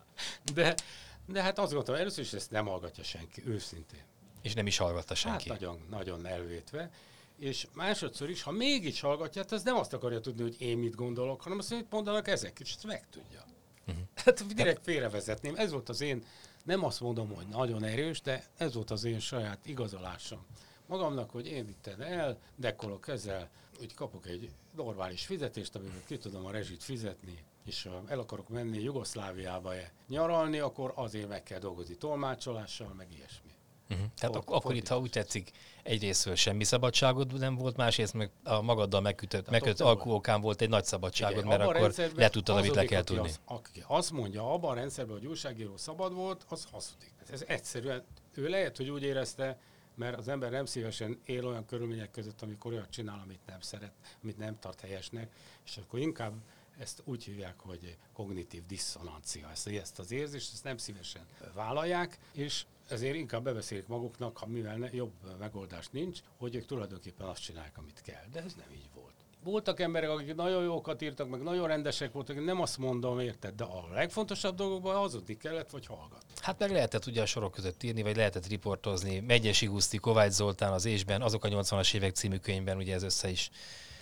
De hát azt gondoltam, először is ezt nem hallgatja senki, őszintén. És nem is hallgatta senki. Hát nagyon, nagyon elvétve. És másodszor is, ha mégis hallgatja, hát az nem azt akarja tudni, hogy én mit gondolok, hanem azt, hogy mit mondanak ezek, és ezt megtudja. Hát direkt félrevezetném. Ez volt az én, nem azt mondom, hogy nagyon erős, de ez volt az én saját igazolásom magamnak, hogy én itt dekkolok ezzel, hogy kapok egy normális fizetést, amivel ki tudom a rezsit fizetni, és el akarok menni Jugoszláviába nyaralni, akkor azért meg kell dolgozni tolmácsolással, meg ilyesmi. Tehát akkor itt, ha úgy tetszik, egyrésztről semmi szabadságod nem volt, másrészt meg a magaddal megkötött alkuokán volt egy nagy szabadságod, mert akkor letudtad, amit le kell tudni. Aki azt mondja abban a rendszerben, hogy újságíró szabad volt, az hazudik. Ez egyszerűen, ő lehet, hogy úgy érezte, mert az ember nem szívesen él olyan körülmények között, amikor olyat csinál, amit nem szeret, amit nem tart helyesnek, és akkor inkább ezt úgy hívják, hogy kognitív disszonancia. Ezt az érzést, ezt nem szívesen vállalják, és ezért inkább bebeszélik maguknak, ha mivel jobb megoldás nincs, hogy ők tulajdonképpen azt csinálják, amit kell. De ez nem így volt. Voltak emberek, akik nagyon jókat írtak, meg nagyon rendesek voltak, nem azt mondom, érted, de a legfontosabb dolgokban hazudni kellett, vagy hallgat. Hát meg lehetett ugye a sorok között írni, vagy lehetett riportozni. Megyesi Huszti, Kovács Zoltán az Ésben, azok a 80-as évek című könyvben, ugye ez össze is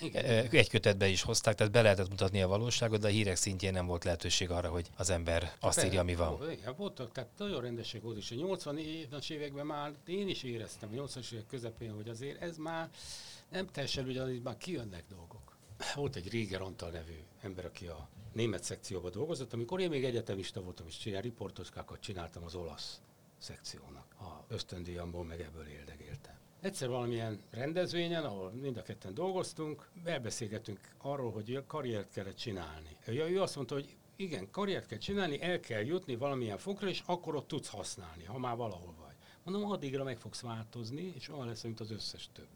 egy kötetbe is hozták, tehát be lehetett mutatni a valóságot, de a hírek szintjén nem volt lehetőség arra, hogy az ember azt írja, ami van. Igen, voltak, tehát nagyon rendesség volt is. A 80-as években már én is éreztem, a 80-as évek közepén, hogy azért ez már nem teljesen ugyanaz, már kijönnek dolgok. Volt egy Réger Antal nevű ember, aki a német szekcióban dolgozott, amikor én még egyetemista voltam, és riportoskákat csináltam az olasz szekciónak. A ösztöndíjamból meg ebből éldegéltem. Egyszer valamilyen rendezvényen, ahol mind a ketten dolgoztunk, elbeszélgettünk arról, hogy karriert kellett csinálni. Ő azt mondta, hogy igen, karriert kell csinálni, el kell jutni valamilyen fokra, és akkor ott tudsz használni, ha már valahol vagy. Mondom, addigra meg fogsz változni, és olyan lesz, mint az összes többi.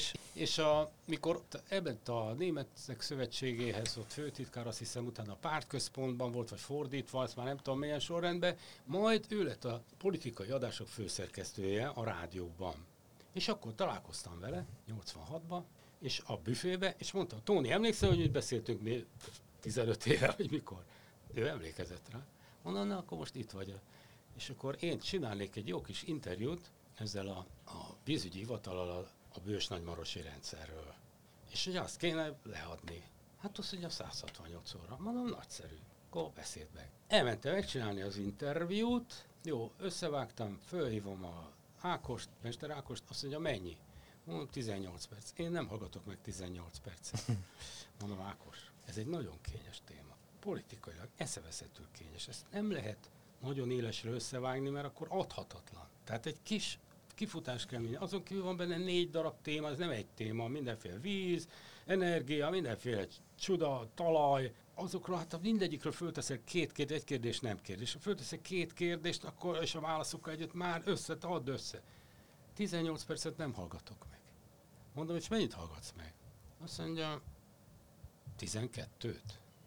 És mikor elment a Németek Szövetségéhez, ott főtitkár, azt hiszem utána a pártközpontban volt, vagy fordítva, azt már nem tudom milyen sorrendben, majd ő lett a politikai adások főszerkesztője a rádióban. És akkor találkoztam vele, 86-ban, és a büfébe, és mondta, Tóni, emlékszel, hogy mit beszéltünk mi 15 éve, hogy mikor? Ő emlékezett rá. Mondom, na, akkor most itt vagy. És akkor én csinálnék egy jó kis interjút ezzel a vízügyi hivatallal a Bős Nagymarosi rendszerről. És hogy azt kéne leadni. Hát azt mondja 168 óra. Mondom, nagyszerű. Akkor beszéld meg. Elmentem megcsinálni az interjút, jó, összevágtam, fölhívom a Ákost, Mester Ákost, azt mondja, mennyi? Mondom, 18 perc. Én nem hallgatok meg 18 percet. Mondom, Ákos, ez egy nagyon kényes téma. Politikailag eszeveszettül kényes. Ezt nem lehet nagyon élesre összevágni, mert akkor adhatatlan. Tehát egy kis kifutás kell minden. Azon kívül van benne 4 darab téma, ez nem egy téma, mindenféle víz, energia, mindenféle csuda, talaj, azokról, hát mindegyikről fölteszek egy kérdés, nem kérdés. Ha fölteszek 2 kérdést, akkor és a válaszokkal együtt már add össze. 18 percet nem hallgatok meg. Mondom, és mennyit hallgatsz meg? Azt mondja, 12-t.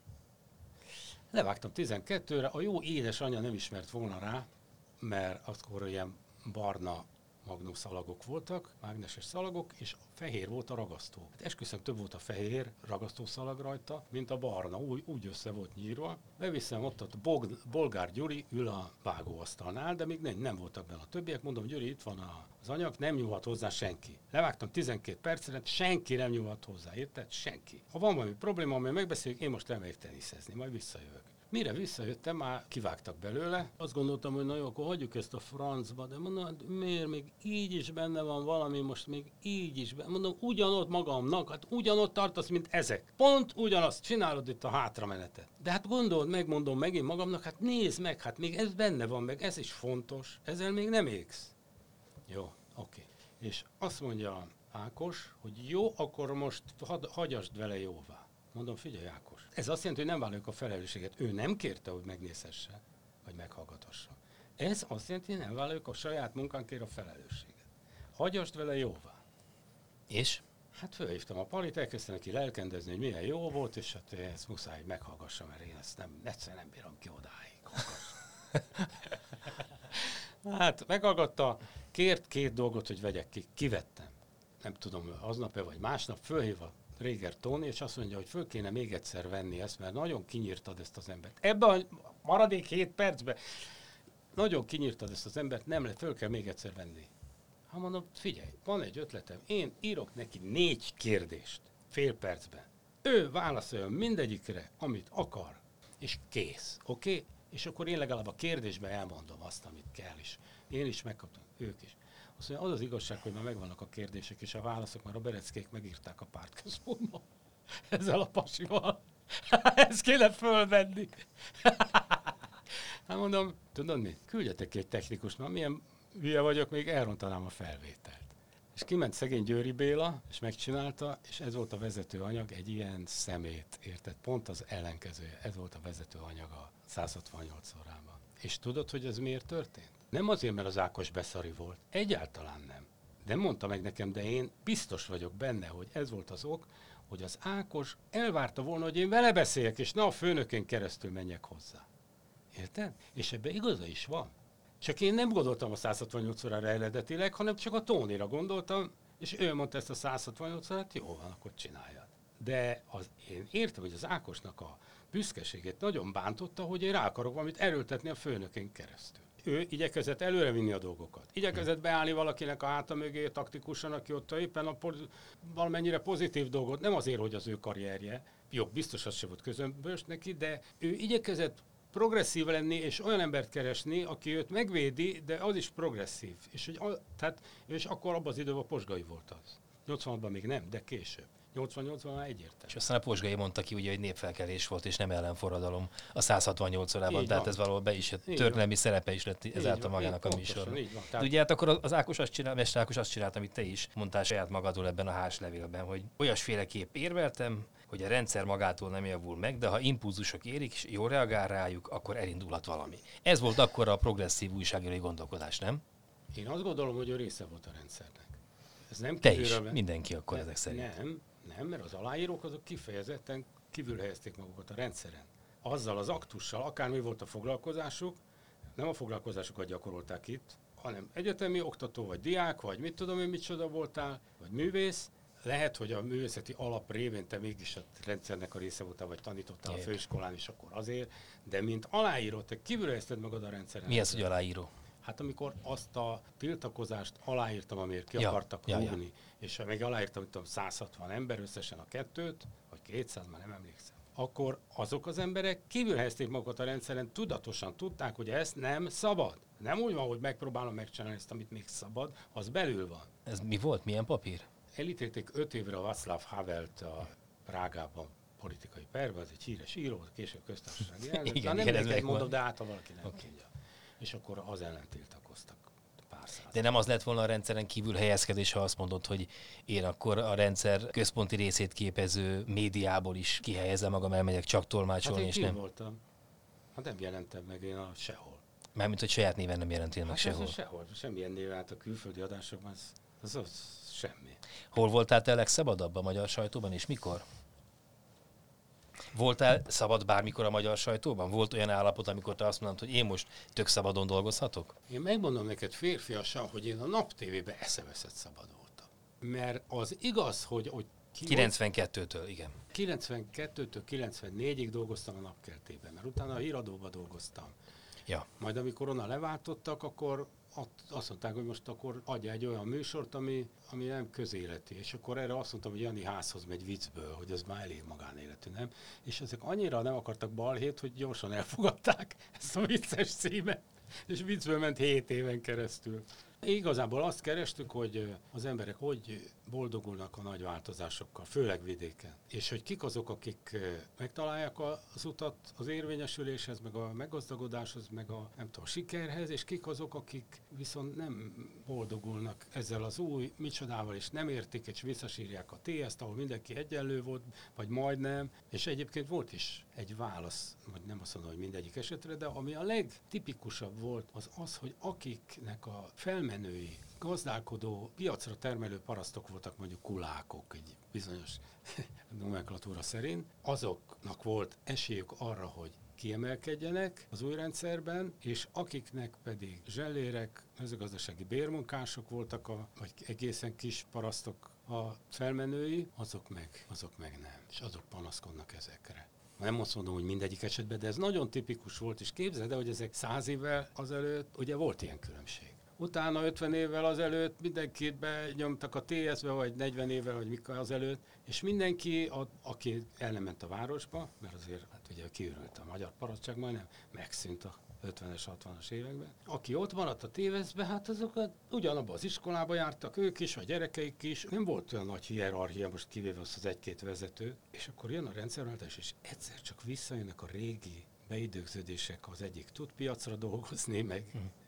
Levágtam 12-re, a jó édesanyja nem ismert volna rá, mert akkor ilyen barna magnus szalagok voltak, mágneses szalagok, és fehér volt a ragasztó. Hát esküszöm, több volt a fehér ragasztószalag rajta, mint a barna, úgy össze volt nyírva. Beviszem ott Bolgár Gyuri ül a vágóasztalnál, de még nem voltak benne a többiek. Mondom, Gyuri, itt van az anyag, nem nyúlhat hozzá senki. Levágtam 12 percre, senki nem nyúlhat hozzá, érted? Senki. Ha van valami probléma, amely megbeszéljük, én most elmegyek teniszezni, majd visszajövök. Mire visszajöttem, már kivágtak belőle. Azt gondoltam, hogy na jó, akkor hagyjuk ezt a francba, de mondom, miért még így is benne van valami, most még így is benne. Mondom, ugyanott magamnak, hát ugyanott tartasz, mint ezek. Pont ugyanazt csinálod itt a hátramenetet. De hát gondold meg, mondom megint magamnak, hát nézd meg, hát még ez benne van, meg ez is fontos, ezzel még nem égsz. Jó, oké. És azt mondja Ákos, hogy jó, akkor most hagyasd vele jóvá. Mondom, figyelj Ákos, ez azt jelenti, hogy nem vállaljuk a felelősséget. Ő nem kérte, hogy megnézhesse, vagy meghallgatassa. Ez azt jelenti, hogy nem vállaljuk a saját munkánkért a felelősséget. Hagyasd vele jóvá. És? Hát fölhívtam a Palit, elkezdtem neki lelkendezni, hogy milyen jó volt, és hát ezt muszáj meghallgassa, mert én ezt egyszerűen nem bírom ki odáig. Hát meghallgatta, kért 2 dolgot, hogy vegyek ki. Kivettem. Nem tudom, aznap-e vagy másnap fölhív a Réger Tóni, és azt mondja, hogy föl kéne még egyszer venni ezt, mert nagyon kinyírtad ezt az embert. Ebben a maradék 7 percben nagyon kinyírtad ezt az embert, nem lehet, föl kell még egyszer venni. Hát mondom, figyelj, van egy ötletem, én írok neki 4 kérdést fél percben. Ő válaszoljon mindegyikre, amit akar, és kész, oké? És akkor én legalább a kérdésben elmondom azt, amit kell is. Én is megkaptam, ők is. Azt mondja, az az igazság, hogy már megvannak a kérdések, és a válaszok már a Bereckék megírták a pártközpontban. Ezzel a pasival. Ezt kéne fölvenni. Hát mondom, tudod mi? Küldjetek ki egy technikust, mert milyen hülye vagyok, még elrontanám a felvételt. És kiment szegény Győri Béla, és megcsinálta, és ez volt a vezető anyag, egy ilyen szemét, érted? Pont az ellenkezője, ez volt a vezető anyag a 168 órában. És tudod, hogy ez miért történt? Nem azért, mert az Ákos beszari volt. Egyáltalán nem. De mondta meg nekem, de én biztos vagyok benne, hogy ez volt az ok, hogy az Ákos elvárta volna, hogy én vele beszéljek, és ne a főnökén keresztül menjek hozzá. Érted? És ebben igaza is van. Csak én nem gondoltam a 168 órára eredetileg, hanem csak a Tónira gondoltam, és ő mondta ezt a 168 órát, jó van, akkor csináljad. De én értem, hogy az Ákosnak a büszkeségét nagyon bántotta, hogy én rá akarok valamit erőltetni a főnökén keresztül. Ő igyekezett előrevinni a dolgokat. Igyekezett beállni valakinek a háta mögé taktikusan, aki ott éppen valamennyire pozitív dolgot, nem azért, hogy az ő karrierje, jó, biztos az sem volt közömbös neki, de ő igyekezett progresszív lenni, és olyan embert keresni, aki őt megvédi, de az is progresszív. És akkor abban az időben Posgai volt az. 86-ban még nem, de később. 88-ban már egyértelmű. És aztán a Posgai mondta ki, ugye, hogy népfelkelés volt, és nem ellenforradalom a 168 órában, Így tehát van. ez valahol be is, történelmi szerepe is lett ezáltal magának a műsorban. Ugye hát akkor az Ákos azt csinál, Mester Ákos azt csinált, amit te is mondtál saját magadról ebben a háslevélben, hogy olyasféleképp érveltem, hogy a rendszer magától nem javul meg, de ha impulzusok érik, és jól reagál rájuk, akkor elindulhat valami. Ez volt akkor a progresszív újságírói gondolkodás, nem? Én azt gondolom, hogy ő része volt a rendszernek. Ez nem Te is, mindenki akkor ezek szerint. Nem, mert az aláírók azok kifejezetten kívül helyezték magukat a rendszeren. Azzal az aktussal, akármi volt a foglalkozásuk, nem a foglalkozásukat gyakorolták itt, hanem egyetemi oktató, vagy diák, vagy mit tudom én, micsoda voltál, vagy művész. Lehet, hogy a művészeti alap révén te mégis a rendszernek a része voltál, vagy tanítottál a főiskolán is, akkor azért, de mint aláíró, te kívül helyezted magad a rendszeren. Mi az, hogy aláíró? Hát amikor azt a tiltakozást aláírtam, amiért ki akartak rúgni, és még aláírtam, hogy 160 ember, összesen a 2, vagy 200, már nem emlékszem, akkor azok az emberek kívül helyezték magukat a rendszeren, tudatosan tudták, hogy ezt nem szabad. Nem úgy van, hogy megpróbálom megcsinálni ezt, amit még szabad, az belül van. Ez mi volt? Milyen papír? Elítélték 5 évre a Václav Havelt a Prágában politikai perbe, az egy híres író, később köztársasági elnök. Igen, nem mondom, de által valaki nem tudja. És akkor az ellen tiltakoztak pár száz. De nem az lett volna a rendszeren kívül helyezkedés, ha azt mondod, hogy én akkor a rendszer központi részét képező médiából is kihelyezem magam, elmegyek csak tolmácsolni, hát és nem... voltam. Hát nem jelentem meg én sehol. Mármint, hogy saját néven nem jelentél meg sehol. Sehol, semmilyen néven, hát a külföldi adásokban az semmi. Hol voltál te legszabadabb a magyar sajtóban, és mikor? Voltál szabad bármikor a magyar sajtóban? Volt olyan állapot, amikor te azt mondod, hogy én most tök szabadon dolgozhatok? Én megmondom neked férfiasan, hogy én a Nap TV-ben eszeveszett szabad voltam. Mert az igaz, hogy 92-től, igen. 92-től 94-ig dolgoztam a Napkeltében, mert utána a híradóban dolgoztam. Ja. Majd amikor onnan leváltottak, akkor azt mondták, hogy most akkor adja egy olyan műsort, ami nem közéleti. És akkor erre azt mondtam, hogy Jani házhoz megy viccből, hogy ez már elég magánéletű, nem? És ezek annyira nem akartak balhét, hogy gyorsan elfogadták ezt a vicces címet. És viccből ment 7 éven keresztül. Igazából azt kerestük, hogy az emberek hogy boldogulnak a nagy változásokkal, főleg vidéken. És hogy kik azok, akik megtalálják az utat az érvényesüléshez, meg a meggazdagodáshoz, meg a sikerhez, és kik azok, akik viszont nem boldogulnak ezzel az új micsodával, és nem értik, és visszasírják a TS-t, ahol mindenki egyenlő volt, vagy majdnem. És egyébként volt is egy válasz, vagy nem azt mondom, hogy mindegyik esetre, de ami a legtipikusabb volt, az, hogy akiknek a felmenői, gazdálkodó, piacra termelő parasztok voltak, mondjuk kulákok, egy bizonyos nomenklatúra szerint, azoknak volt esélyük arra, hogy kiemelkedjenek az új rendszerben, és akiknek pedig zsellérek, mezőgazdasági bérmunkások voltak, vagy egészen kis parasztok a felmenői, azok meg nem. És azok panaszkodnak ezekre. Nem azt mondom, hogy mindegyik esetben, de ez nagyon tipikus volt, és képzeld el, hogy ezek 100 évvel azelőtt, ugye volt ilyen különbség. Utána 50 évvel azelőtt mindenkit benyomtak a TS-be, vagy 40 évvel, vagy mikor azelőtt, és mindenki, aki el nem ment a városba, mert azért hát ugye kiürült a magyar parasztság, majdnem megszűnt a 50-es, 60-as években. Aki ott maradt a téveszbe, hát azokat ugyanabban az iskolába jártak ők is, a gyerekeik is. Nem volt olyan nagy hierarchia, most kivéve azt az egy-két vezető. És akkor jön a rendszerváltás, és egyszer csak visszajönnek a régi beidőződések, az egyik tud piacra dolgozni, meg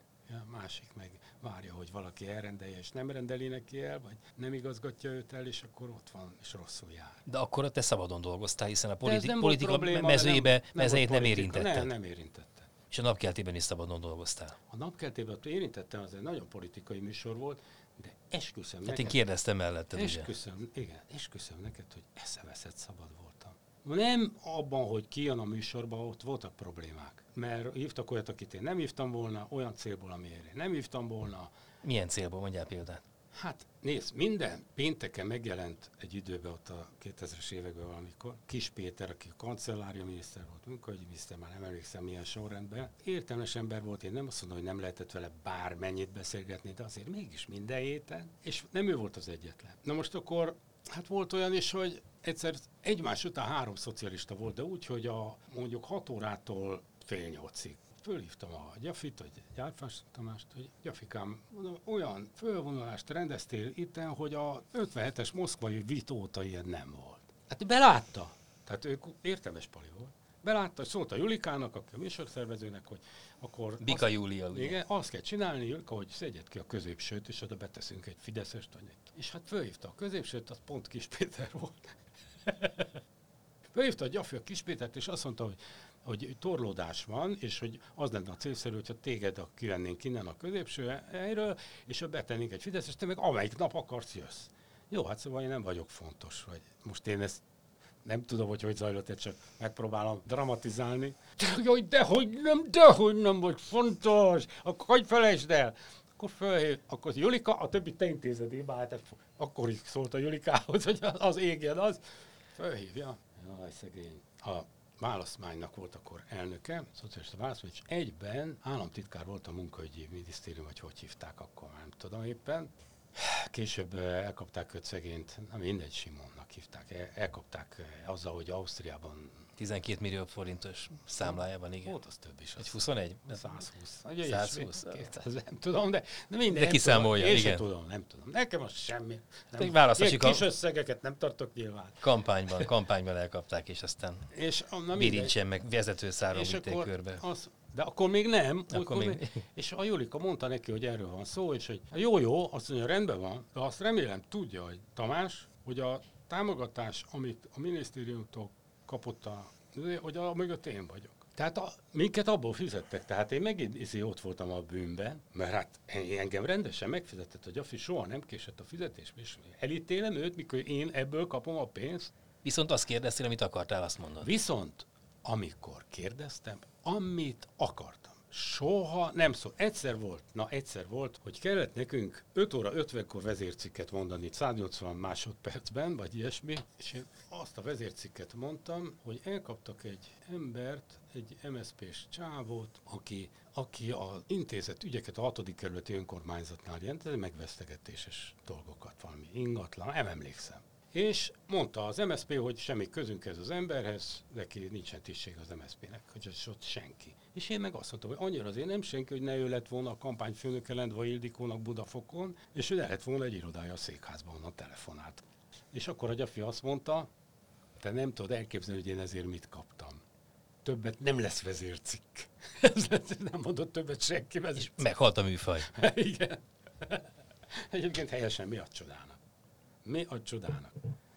a másik meg várja, hogy valaki elrendelje, és nem rendeli neki el, vagy nem igazgatja őt el, és akkor ott van, és rosszul jár. De akkor te szabadon dolgoztál, hiszen a politika probléma, mezőjét nem érintetted. Nem érintette. És a napkeltében is szabadon dolgoztál. A napkeltében érintettem, az egy nagyon politikai műsor volt, de esküszöm neked. Én kérdeztem melletted, esküszöm neked, hogy eszeveszett szabad voltam. Nem abban, hogy kijön a műsorba, ott voltak problémák. Mert hívtak olyat, akit én nem hívtam volna, olyan célból, amiért én nem hívtam volna. Milyen célból? Mondjál példát. Hát nézd, minden pénteken megjelent egy időben ott a 2000-es években valamikor. Kis Péter, aki a kancellária miniszter volt, munkahogyi miniszter, már nem emlékszem milyen sorrendben. Értelmes ember volt, én nem azt mondom, hogy nem lehetett vele bármennyit beszélgetni, de azért mégis minden héten. És nem ő volt az egyetlen. Na most akkor, hát volt olyan is, hogy egyszer egymás után 3 szocialista volt, de úgy, hogy mondjuk 6 órától fél 8-ig. Fölhívtam a Gyafit, vagy Gyárfás Tamást, hogy Gyafikám, mondom, olyan fölvonulást rendeztél itten, hogy a 57-es moszkvai vit óta ilyen nem volt. Hát belátta. Tehát ők értelmes pali volt. Belátta, hogy szólt a Julikának, aki a műsorszervezőnek, hogy akkor... Bika Júlia. Igen, azt kell csinálni, Julika, hogy szedjed ki a középsőt, és oda beteszünk egy fideszest, vagy és hát fölhívta a középsőt, az pont Kis Péter volt. Fölhívta a Gyafi a Kis Pétert, és azt mondta, hogy torlódás van, és hogy az lenne a célszerű, hogyha téged kivennénk innen a középső helyről, és betennénk egy fideszest, te meg amelyik nap akarsz, jössz. Jó, hát szóval én nem vagyok fontos, vagy most én ezt nem tudom, hogy zajlott, csak megpróbálom dramatizálni. Jaj, dehogy nem vagy fontos, akkor hogy felejtsd el? Akkor fölhív, akkor Julika, a többi te intézed, hát akkor is szólt a Julikához, hogy az égjen az. Fölhívja. Jaj, szegény. A választmánynak volt akkor elnöke, szocialista választmány, és egyben államtitkár volt a munkahogyi minisztérium, vagy hogy hívták akkor, nem tudom éppen. Később elkapták őt szegényt, mindegy, Simonnak hívták, elkapták azzal, hogy Ausztriában 12 millió forintos számlájában, igen. Volt az több is. Egy 21? 120. 120? 200, nem tudom, de minden. De kiszámolja, igen. Én sem tudom, nem tudom. Nekem az semmi. Ilyen kis összegeket nem tartok nyilván. Kampányban elkapták, és aztán Birincsen meg vezetőszáron vitték körbe. De akkor még nem. És a Julika mondta neki, hogy erről van szó, és hogy jó, azt mondja, rendben van, de azt remélem tudja, hogy Tamás, hogy a támogatás, amit a minisztériumtól kapott, hogy mögött én vagyok. Tehát minket abból fizettek, tehát én megint ott voltam a bűnben, mert hát engem rendesen megfizetett a Gyafi, soha nem késett a fizetésbe, és elítélem őt, mikor én ebből kapom a pénzt. Viszont azt kérdeztél, amit akartál, azt mondod. Viszont, amikor kérdeztem, amit akartam, Soha nem szól. Egyszer volt, hogy kellett nekünk 5 óra 50-kor vezércikket mondani, 180 másodpercben, vagy ilyesmi, és én azt a vezércikket mondtam, hogy elkaptak egy embert, egy MSZP-s csávót, aki az intézett ügyeket a 6. kerületi önkormányzatnál jelentett, megvesztegetéses dolgokat, valami ingatlan, nem emlékszem. És mondta az MSZP, hogy semmi közünk ez az emberhez, neki nincsen tisztség az MSZP-nek, hogy ott senki. És én meg azt mondtam, hogy annyira azért nem senki, hogy ne ő lett volna a kampányfőnöke Lendvai Ildikónak Budafokon, és ő lett volna egy irodája a székházban, onnan telefonált. És akkor a Gyafi azt mondta, te nem tudod elképzelni, hogy én ezért mit kaptam. Többet nem lesz vezércikk. Nem mondott többet senki vezércikk. És meghalt a műfaj. Igen. Egyébként helyesen mi a csodának? Mi a csodának?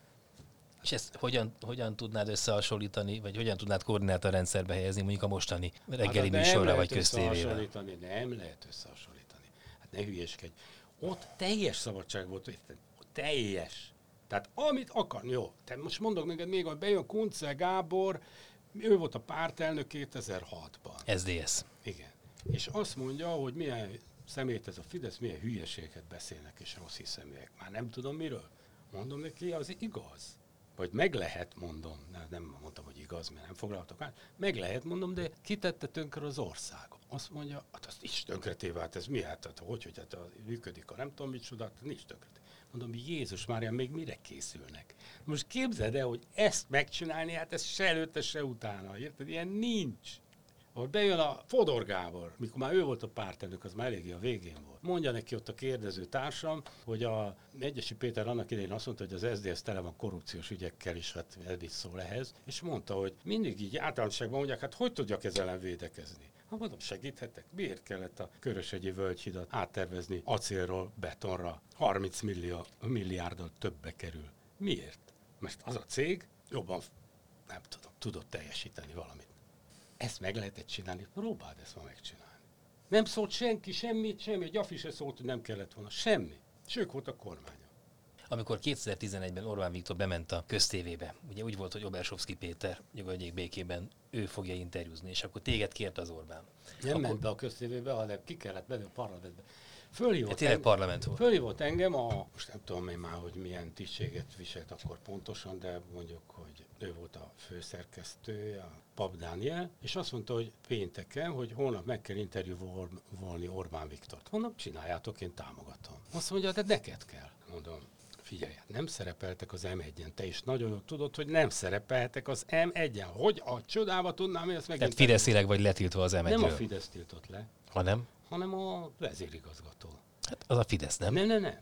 És ezt hogyan tudnád összehasonlítani, vagy hogyan tudnád koordinált a rendszerbe helyezni, mondjuk a mostani reggeli műsorra, vagy köztévével? Nem lehet összehasonlítani. Hát ne hülyeskedj. Ott teljes szabadság volt, érted? Teljes. Tehát amit akar, jó. Te most mondok neked még, hogy bejön Kunce Gábor, ő volt a pártelnök 2006-ban. SZDSZ. Igen. És azt mondja, hogy milyen szemét ez a Fidesz, milyen hülyeséget beszélnek, és rossz hiszeműek. Már nem tudom miről. Mondom neki, az igaz. Vagy meg lehet, mondom, nem mondtam, hogy igaz, mert nem foglaltok át, meg lehet, mondom, de kitette tönkre az országot. Azt mondja, hát azt is tönkretéve, hát ez mi? Hát hogy hát működik a nem tudom micsoda, hát nincs tönkretéve. Mondom, Jézus Mária, még mire készülnek? Most képzeld el, hogy ezt megcsinálni, hát ez se előtte, se utána, érted? Ilyen nincs. Ahol bejön a Fodor Gábor, mikor már ő volt a pártelnök, az már eléggé a végén volt. Mondja neki ott a kérdező társam, hogy a Egyesi Péter annak idején azt mondta, hogy az SZDSZ tele van korrupciós ügyekkel is, hát ez is szól ehhez, és mondta, hogy mindig így általánosságban mondják, hát hogy tudjak ezzel ellen védekezni? Ha mondom, segíthetek? Miért kellett a Köröshegyi Völgyhidat áttervezni acélról, betonra? 30 milliárddal többbe kerül. Miért? Mert az a cég jobban, nem tudom, tudott teljesíteni valamit. Ezt meg lehetett csinálni, próbáld ezt ma megcsinálni. Nem szólt senki, semmi, a Gyafi se szólt, hogy nem kellett volna, semmi. És ők volt a kormánya. Amikor 2011-ben Orbán Viktor bement a köztévébe, ugye úgy volt, hogy Obersovszky Péter, nyugodjék békében, ő fogja interjúzni, és akkor téged kért az Orbán. Nem ment be a köztévébe, hanem ki kellett menni a parlamentbe. Fölhívott engem most nem tudom én már, hogy milyen tisztséget viselt akkor pontosan, de mondjuk, hogy ő volt a főszerkesztője, a Pap Dániel, és azt mondta, hogy pénteken, hogy holnap meg kell interjúvolni Orbán Viktort. Mondom, csináljátok, én támogatom. Azt mondja, de neked kell. Mondom, figyelj, nem szerepeltek az M1-en. Te is nagyon jól tudod, hogy nem szerepeltek az M1-en. Hogy a csodába tudnám én ezt meg? Tehát fideszileg vagy letiltva az M1-ről? Nem a Fidesz tiltott le. Hanem a vezérigazgató. Hát az a Fidesz, nem? Nem.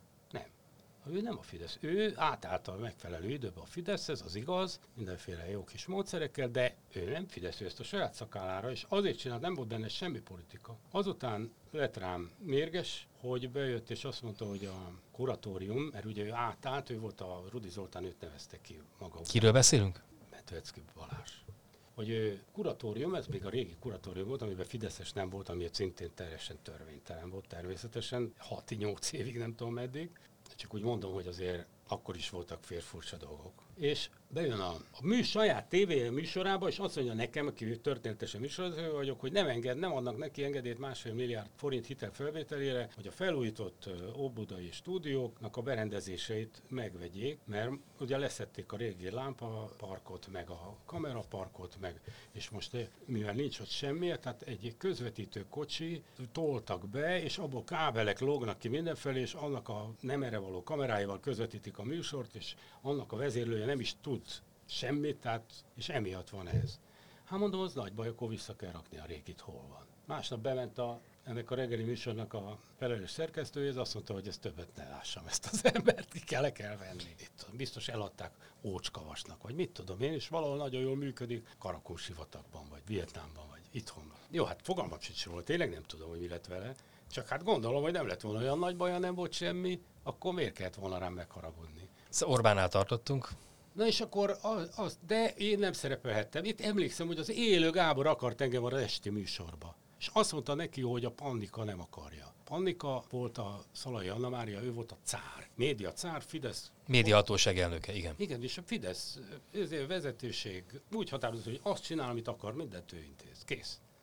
Ő nem a Fidesz. Ő átállt a megfelelő időben a Fideszhez, az igaz, mindenféle jó kis módszerekkel, de ő nem Fidesz, ő ezt a saját szakállára, és azért csinált, nem volt benne semmi politika. Azután lett rám mérges, hogy bejött, és azt mondta, hogy a kuratórium, mert ugye ő átállt, ő volt a Rudi Zoltán, őt nevezte ki maga. Kiről beszélünk? Metvecki Balázs. Hogy kuratórium, ez még a régi kuratórium volt, amiben Fideszes nem volt, ami szintén teljesen törvénytelen volt természetesen, 6-8 évig, nem tudom meddig. Csak úgy mondom, hogy azért akkor is voltak furcsa dolgok. És bejön a saját tévé műsorába, és azt mondja nekem, aki történetesen műsorvezető vagyok, hogy nem adnak neki engedélyt 1,5 milliárd forint hitel felvételére, hogy a felújított óbudai stúdióknak a berendezéseit megvegyék, mert ugye leszették a régi lámpaparkot, meg a kameraparkot, és most mivel nincs ott semmi, tehát egy közvetítő kocsi toltak be, és abból kábelek lógnak ki mindenfelé, és annak a nem erre való kameráival közvetítik a műsort, és annak a vezérlője nem is tud semmit, és emiatt van ez. Hát mondom, az nagy baj, akkor vissza kell rakni a régit, hol van. Másnap bement ennek a reggeli műsornak a felelős szerkesztője, ez azt mondta, hogy ezt többet ne lássam, ezt az embert, le kell venni. Itt biztos eladták Ócskavasnak, vagy mit tudom én, és valahol nagyon jól működik, Karakó sivatagban, vagy Vietnámban, vagy itthon. Jó, hát fogalmam sincs róla, tényleg nem tudom, hogy mi lett vele, csak hát gondolom, hogy nem lett volna olyan nagy baja, nem volt semmi, akkor miért kellett volna rám megharagudni? Szóval Orbánnál tartottunk. Na és akkor de én nem szerepelhettem. Itt emlékszem, hogy az Élő Gábor akart engem az esti műsorba. És azt mondta neki, hogy a Pannika nem akarja. Pannika volt a Szalai Anna Mária, ő volt a cár. Média cár, Fidesz. Médiahatóság elnöke, igen. Igen, és a Fidesz vezetőség úgy határozott, hogy azt csinál, amit akar, mindent ő intéz. Kész.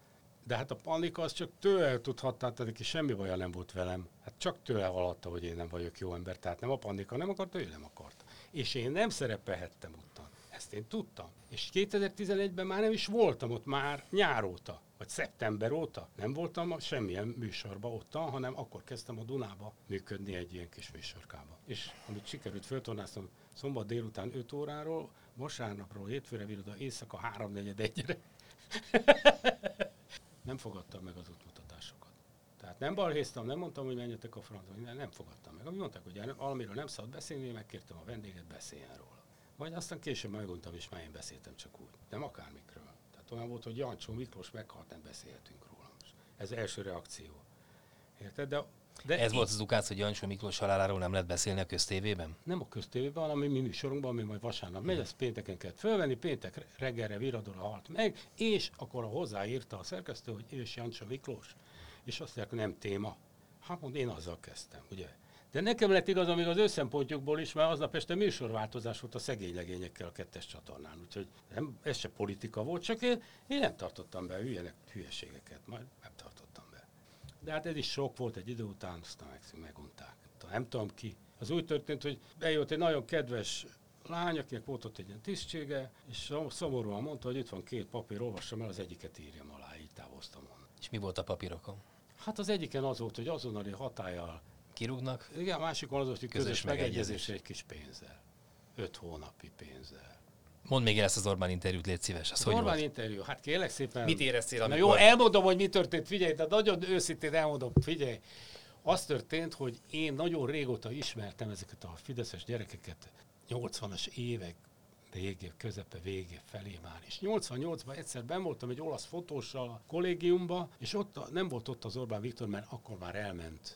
De hát a Pannika az csak tőle tudhatta, tehát neki semmi baja nem volt velem. Hát csak tőle haladta, hogy én nem vagyok jó ember. Tehát nem a Pannika nem akarta, ő nem akarta. És én nem szerepelhettem ottan. Ezt én tudtam. És 2011-ben már nem is voltam ott, már nyár óta, vagy szeptember óta. Nem voltam semmilyen műsorban ottan, hanem akkor kezdtem a Dunába működni egy ilyen kis műsorkába. És amit sikerült föltornáztam szombat délután 5 óráról, vasárnapról hétfőre viroda éjszaka 3:45-re. Nem fogadtam meg az útmutatásokat. Tehát nem balhéztam, nem mondtam, hogy menjetek a francba, nem fogadtam meg. Ami mondták, hogy valamiről nem szabad beszélni, megkértem a vendéget, beszéljen róla. Majd aztán később megmondtam is, már én beszéltem csak úgy. Nem akármikről. Tehát olyan volt, hogy Jancsó Miklós meghalt, nem beszélhetünk róla most. Ez első reakció. Érted? De ez volt az ukác, hogy Jancsó Miklós haláláról nem lehet beszélni a köztévében? Nem a köztévében, hanem a mi műsorunkban, ami majd vasárnap megy, ezt pénteken kellett fölvenni, péntek reggelre Viradora halt meg, és akkor hozzáírta a szerkesztő, hogy és Jancsó Miklós, és azt mondják, nem téma. Hát mond, én azzal kezdtem, ugye? De nekem lett igaz, még az ő szempontjukból is, mert aznap este műsorváltozás volt a szegény legényekkel a 2-es csatornán. Úgyhogy ez se politika volt, csak én nem tartottam be hülyeségeket, majd nem tartottam be. De hát ez is sok volt egy idő után, aztán megunták. Nem tudom ki. Az úgy történt, hogy bejött egy nagyon kedves lány, akinek volt ott egy ilyen tisztsége, és szomorúan mondta, hogy itt van 2 papír, olvassam el, az egyiket írjam alá, így távoztam onnan. És mi volt a papírokon? Hát az egyiken az volt, hogy azonnali hatállyal kirúgnak? Igen, a másikon az volt, hogy közös megegyezésre egy kis pénzzel. 5 hónapi pénzzel. Mondd még el ezt az Orbán interjút, légy szíves. Az Orbán interjú, hát kérlek szépen. Mit éreztél, amikor... Na jó, elmondom, hogy mi történt, figyelj, de nagyon őszintén elmondom, figyelj. Az történt, hogy én nagyon régóta ismertem ezeket a fideszes gyerekeket, 80-as évek közepe, vége felé már. És 88-ban egyszer benn voltam egy olasz fotóssal a kollégiumba, és ott nem volt ott az Orbán Viktor, mert akkor már elment.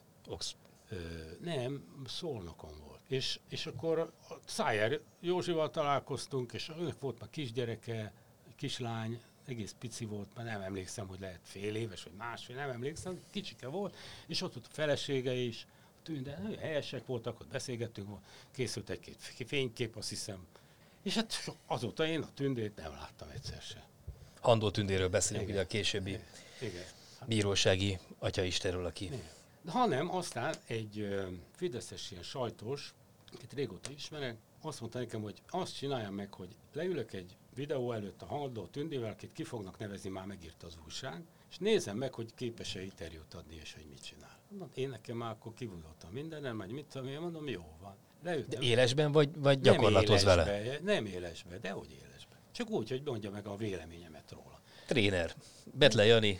Nem, Szolnokon volt. És akkor Szájer Józsival találkoztunk, és önnek volt már kisgyereke, kislány, egész pici volt, már nem emlékszem, hogy lehet fél éves, vagy másfél, nem emlékszem, kicsike volt, és ott volt a felesége is, de helyesek voltak, ott beszélgettünk, készült egy-két fénykép, azt hiszem. És hát azóta én a Tündét nem láttam egyszer se. Andó Tündéről beszélünk, ugye a későbbi igen. bírósági atyaistenről, aki... Igen. Hanem aztán egy fideszes ilyen sajtós, akit régóta ismerek, azt mondta nekem, hogy azt csináljam meg, hogy leülök egy videó előtt a Andó Tündével, akit ki fognak nevezni, már megírta az újság, és nézem meg, hogy képes-e interjút adni, és hogy mit csinál. Én nekem már akkor kivulottam mindenem, vagy mit tudom, én mondom, jó van. Leültem. De élesben vagy gyakorlatoz vele? Nem élesben, de hogy élesben. Csak úgy, hogy mondja meg a véleményemet róla. Tréner. Betle Jani.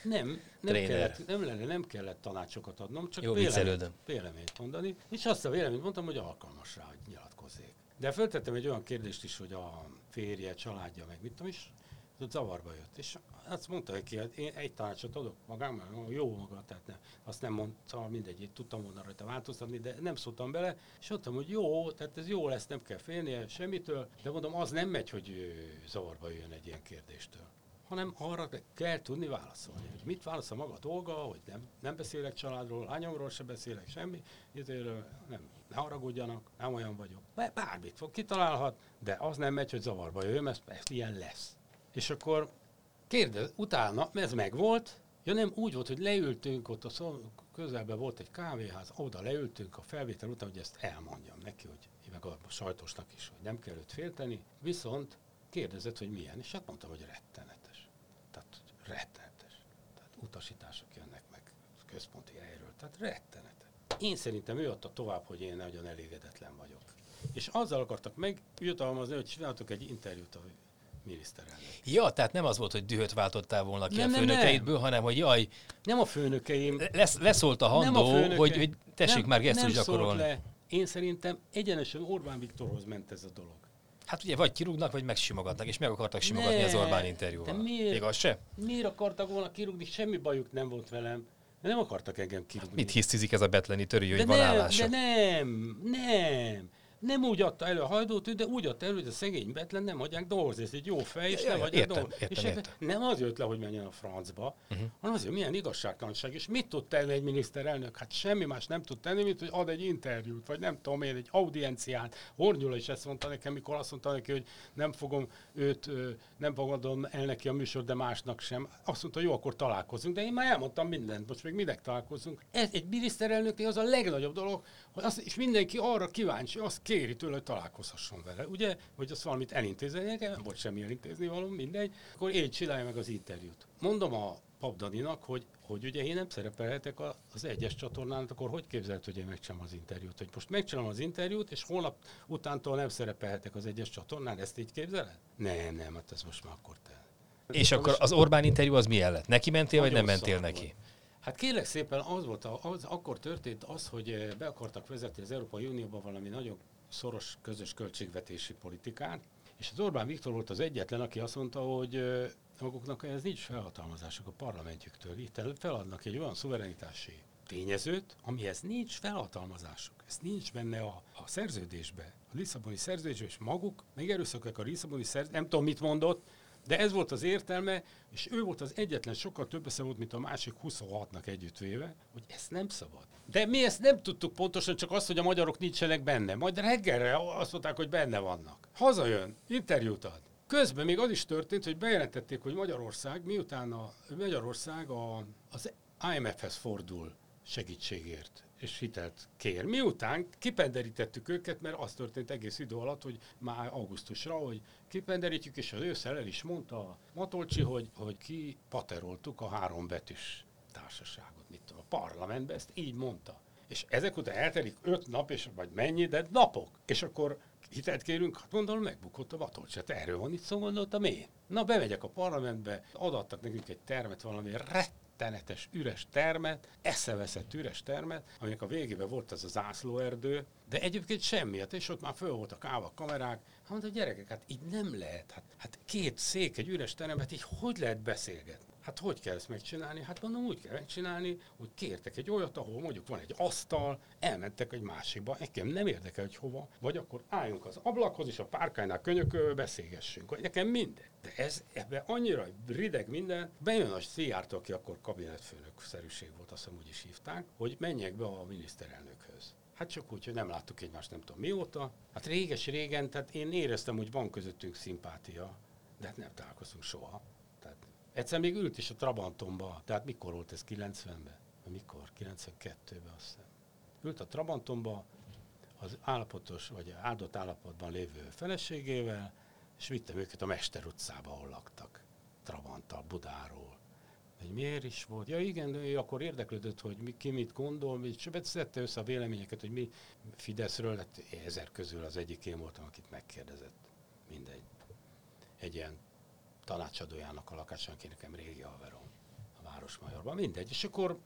Nem kellett tanácsokat adnom, csak véleményt mondani. És azt a véleményt mondtam, hogy alkalmas rá, hogy nyilatkozzék. De feltettem egy olyan kérdést is, hogy a férje, családja, meg mit tudom is, az zavarba jött. És azt mondta neki, hogy én egy tanácsot adok magámmal, jó maga, tehát nem, azt nem mondta, mindegy, tudtam volna rajta változtatni, de nem szóltam bele, és mondtam, hogy jó, tehát ez jó lesz, nem kell félnie semmitől, de mondom, az nem megy, hogy zavarba jön egy ilyen kérdéstől, hanem arra kell tudni válaszolni, hogy mit válaszol maga a dolga, hogy nem beszélek családról, lányomról se beszélek semmi, ezért ne haragudjanak, nem olyan vagyok. Bármit fog, kitalálhat, de az nem megy, hogy zavarba jöjjön, mert ilyen lesz. És akkor utána, ez megvolt, nem úgy volt, hogy leültünk, ott közelben volt egy kávéház, oda leültünk a felvétel után, hogy ezt elmondjam neki, hogy meg a sajtósnak is, hogy nem kell őt félteni, viszont kérdezett, hogy milyen, és hát mondtam, hogy rettenetes. Tehát rettenetes. Tehát utasítások jönnek meg központi helyről, tehát rettenetes. Én szerintem ő adta tovább, hogy én nagyon elégedetlen vagyok. És azzal akartak megjutalmazni, hogy csináltok egy interjút a miniszterelnök. Ja, tehát nem az volt, hogy dühöt váltottál volna ki a főnökeidből, hanem hogy jaj... Nem a főnökeim... Leszólt a Handó, hogy tessék már gesztus gyakorolni. Le. Én szerintem egyenesen Orbán Viktorhoz ment ez a dolog. Hát ugye vagy kirúgnak, vagy megsimogatnak, és meg akartak simogatni az Orbán interjúval. Még az se? Miért akartak volna kirúgni? Semmi bajuk nem volt velem. Nem akartak engem kirúgni. Mit hisztizik ez a betleni törői, hogy van állása? De nem. Nem úgy adta elő a Hajdótűt, de úgy adta elő, hogy a szegény Betlen nem hagyják dolgozni. Ez egy jó fej, és nem hagyják dolgozni. És nem az jött le, hogy menjen a francba, hanem azért milyen igazságtalanság. És mit tud tenni egy miniszterelnök? Hát semmi más nem tud tenni, mint hogy ad egy interjút, vagy nem tudom én, egy audienciát. Hornyula is ezt mondta nekem, mikor azt mondta neki, hogy nem fogom őt, nem fogadom el neki a műsor, de másnak sem. Azt mondta, jó, akkor találkozunk. De én már elmondtam mindent, most még minek találkozunk. Ez egy miniszterelnöknél az a legnagyobb dolog, hogy és mindenki arra kíváncsi, azt kéri tőle, hogy találkozhasson vele, ugye? Hogy azt valamit elintézni, nem volt semmi elintézni való, mindegy, akkor így csinálja meg az interjút. Mondom a Pap Daninak, hogy ugye én nem szerepelhetek az egyes csatornán, akkor hogy képzelt, hogy én megcsinálom az interjút? Hogy most megcsinálom az interjút, és holnap utántól nem szerepelhetek az egyes csatornán, ezt így képzeled? Nem, hát ez most már akkor te. És akkor az Orbán interjú az milyen lett? Neki mentél, vagy nem mentél neki? Volt. Hát kérlek szépen, akkor történt az, hogy be akartak vezetni az Európai Unióba valami nagyon szoros közös költségvetési politikát, és az Orbán Viktor volt az egyetlen, aki azt mondta, hogy maguknak ez nincs felhatalmazásuk a parlamentjüktől. Itt feladnak egy olyan szuverenitási tényezőt, amihez nincs felhatalmazásuk. Ez nincs benne a szerződésbe, a Lisszaboni szerződésbe, és maguk megerőszakolják a Lisszaboni szerződésbe, nem tudom, mit mondott, de ez volt az értelme, és ő volt az egyetlen, sokkal több esze volt, mint a másik 26-nak együttvéve, hogy ezt nem szabad. De mi ezt nem tudtuk pontosan, csak azt, hogy a magyarok nincsenek benne. Majd reggelre azt mondták, hogy benne vannak. Hazajön, interjút ad. Közben még az is történt, hogy bejelentették, hogy Magyarország, miután Magyarország az IMF-hez fordul segítségért, és hitelt kér. Miután kipenderítettük őket, mert az történt egész idő alatt, hogy már augusztusra, hogy kipenderítjük, és az ősszel el is mondta a Matolcsi, hogy kipateroltuk a 3 betűs társaságot, mit tudom, a parlamentben, ezt így mondta. És ezek után eltelik 5 nap, és vagy mennyi, de napok. És akkor hitelt kérünk, hát mondom, megbukott a Matolcsi. Hát erről van itt szó, gondoltam én. Na, bemegyek a parlamentbe, adattak nekünk egy termet, valami rettenetes üres termet, eszeveszett üres termet, aminek a végében volt ez a zászlóerdő, de egyébként semmi, és ott már föl voltak állva a kamerák. Hát mondta, gyerekek, hát így nem lehet. Hát 2 szék egy üres terem, hát így hogy lehet beszélgetni? Hát hogy kell ezt megcsinálni? Hát mondom, úgy kell megcsinálni, hogy kértek egy olyat, ahol mondjuk van egy asztal, elmentek egy másikba, nekem nem érdekel, hogy hova, vagy akkor álljunk az ablakhoz, és a párkánynál könyökölve beszélgessünk, hogy nekem minden. De ez ebben annyira rideg minden, bejön a Szijjártó, aki akkor kabinetfőnök-szerűség volt, azt hiszem úgy is hívták, hogy menjek be a miniszterelnökhöz. Hát csak úgy, hogy nem láttuk egymást nem tudom mióta. Hát régen, tehát én éreztem, hogy van közöttünk szimpátia, de hát nem találkoztunk soha. Tehát egyszer még ült is a Trabantomba, tehát mikor volt ez, 90-ben? Mikor? 92-ben azt hiszem. Ült a Trabantomba az állapotos, vagy áldott állapotban lévő feleségével, és vittem őket a Mester utcába, ahol laktak. Trabanttal, Budáról. Hogy miért is volt? Ja igen, de ő akkor érdeklődött, hogy ki mit gondol, és szedte össze a véleményeket, hogy mi Fideszről, hát 1000 közül az egyik én voltam, akit megkérdezett. Mindegy. Egy ilyen tanácsadójának a lakásán, aki nekem régi haverom a Városmajorban. Mindegy. És akkor,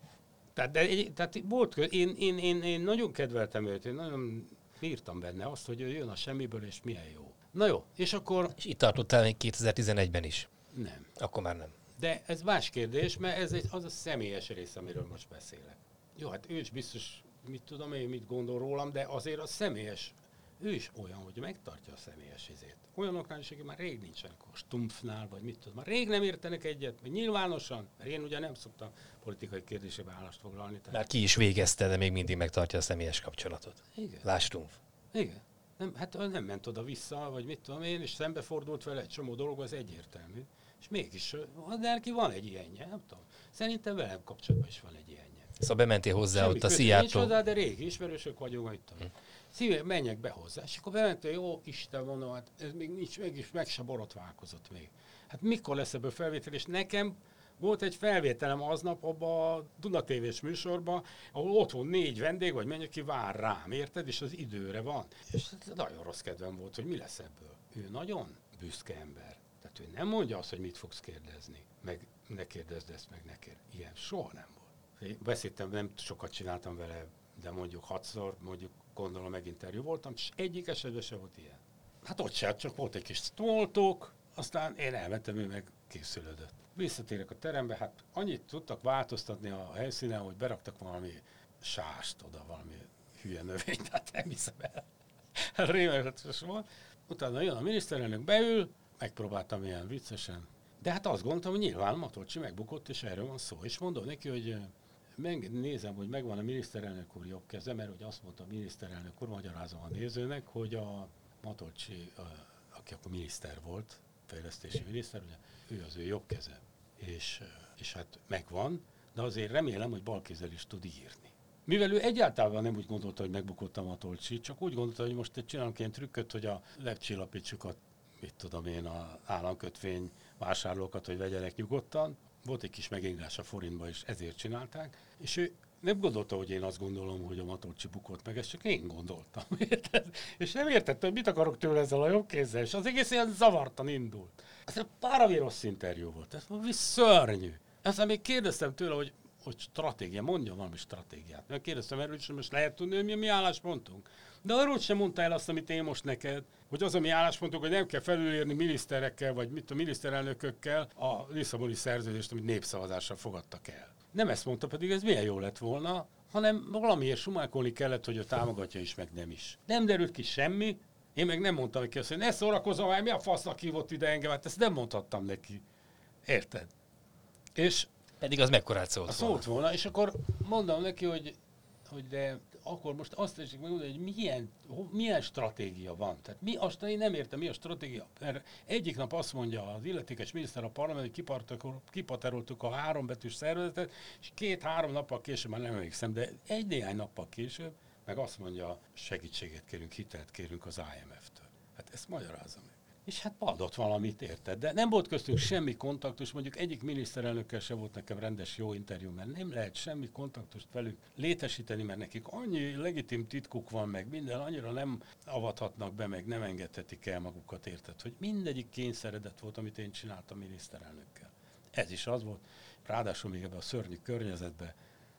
tehát volt, én nagyon kedveltem őt, én nagyon bírtam benne azt, hogy ő jön a semmiből, és milyen jó. Na jó, és akkor... És itt tartottál még 2011-ben is? Nem. Akkor már nem. De ez más kérdés, mert ez az a személyes rész, amiről most beszélek. Jó, hát ő is biztos, mit tudom én, mit gondol rólam, de azért a személyes, ő is olyan, hogy megtartja a személyes izét. Olyanoknál is, akik már rég nincsenek, a Stumpfnál, vagy mit tudom, már rég nem értenek egyet, vagy nyilvánosan, mert én ugye nem szoktam politikai kérdésébe állást foglalni. Tehát... Már ki is végezte, de még mindig megtartja a személyes kapcsolatot. Igen. Lásd Stumpf. Igen. Hát nem ment oda-vissza, vagy mit tudom én, és szembefordult vele egy csomó dolog, az egyértelmű. És mégis, de neki van egy ilyenje, nem tudom. Szerintem velem kapcsolatban is van egy ilyenje. Szóval bementél hozzá Semmi ott a Szijjártó. Nincs Szijjártó. hozzá, de régi ismerősök vagyunk, hogy tudom. Szívem, menjek be hozzá. És akkor bementél, jó Isten, mondom, hát ez még nincs, meg se borotválkozott még. Hát mikor lesz ebből felvétel? És nekem volt egy felvételem aznap abban a Duna TV-s műsorban, ahol ott volt 4 vendég, vagy menj, aki vár rám, érted? És az időre van. És nagyon rossz kedvem volt, hogy mi lesz ebből. Ő nagyon büszke ember. Tehát ő nem mondja azt, hogy mit fogsz kérdezni, meg ne kérdezd ezt, meg ne kérdezd. Ilyen soha nem volt. Én beszéltem, nem sokat csináltam vele, de mondjuk 6-szor, mondjuk gondolom meginterjú voltam, és egyik esetben se volt ilyen. Hát ott se, csak volt egy kis smoltok, aztán én elmentem, ő meg készülődött. Visszatérek a terembe, hát annyit tudtak változtatni a helyszínen, hogy beraktak valami sást oda, valami hülye növényt, hát nem hiszem el. rémületes volt. Utána jön a miniszterelnök, beül, megpróbáltam ilyen viccesen. De hát azt gondoltam, hogy nyilván Matolcsi megbukott, és erről van szó. És mondom neki, hogy nézem, hogy megvan a miniszterelnök úr jobb keze, mert hogy azt mondta a miniszterelnök úr, magyarázom a nézőnek, hogy a Matolcsi, aki akkor miniszter volt, fejlesztési miniszter, ugye, ő az ő jobb keze. És hát megvan, de azért remélem, hogy bal kézzel is tud írni. Mivel ő egyáltalán nem úgy gondolta, hogy megbukott a Matolcsi, csak úgy gondolta, hogy most csinálunk ilyen trükköt, hogy a legcsillapítsuk a, mit tudom én, az államkötvény vásárlókat, hogy vegyenek nyugodtan. Volt egy kis megingás a forintba, és ezért csinálták. És ő nem gondolta, hogy én azt gondolom, hogy a Matolcsi bukott meg, ezt csak én gondoltam. Érted? És nem értette, hogy mit akarok tőle ezzel a jobb kézzel, és az egész ilyen zavartan indult. Ez páravi rossz interjú volt, ez szörnyű. Aztán még kérdeztem tőle, hogy stratégia, mondja valami stratégiát. Mert kérdeztem erről, és most lehet tudni, hogy mi álláspontunk. De arról sem mondta el azt, amit én most neked, hogy az a mi álláspontunk, hogy nem kell felülírni miniszterekkel, vagy mit a miniszterelnökökkel a Lisszaboni szerződést, amit népszavazással fogadtak el. Nem ezt mondta, pedig ez milyen jó lett volna, hanem valamiért sumákolni kellett, hogy ő támogatja is, meg nem is. Nem derült ki semmi, én meg nem mondtam neki azt, hogy ne szórakozzam, már mi a fasznak hívott ide engem, hát ezt nem mondhattam neki. Érted? És pedig az mekkorát szólt volna, és akkor mondom neki, hogy de akkor most azt tessék megmondani, hogy milyen stratégia van. Tehát én nem értem, mi a stratégia. Mert egyik nap azt mondja az illetékes miniszter a parlament, hogy kipateroltuk a 3 betűs szervezetet, és 2-3 nappal később, már nem emlékszem, de néhány nappal később, meg azt mondja, segítséget kérünk, hitelt kérünk az IMF-től. Hát ezt magyarázza meg. És hát adott valamit, érted? De nem volt köztünk semmi kontaktus, mondjuk egyik miniszterelnökkel se volt nekem rendes jó interjú, mert nem lehet semmi kontaktust velük létesíteni, mert nekik annyi legitim titkuk van, meg minden, annyira nem avathatnak be, meg nem engedhetik el magukat, érted? Hogy mindegyik kényszeredett volt, amit én csináltam miniszterelnökkel. Ez is az volt, ráadásul még ebben a szörnyű környezetben.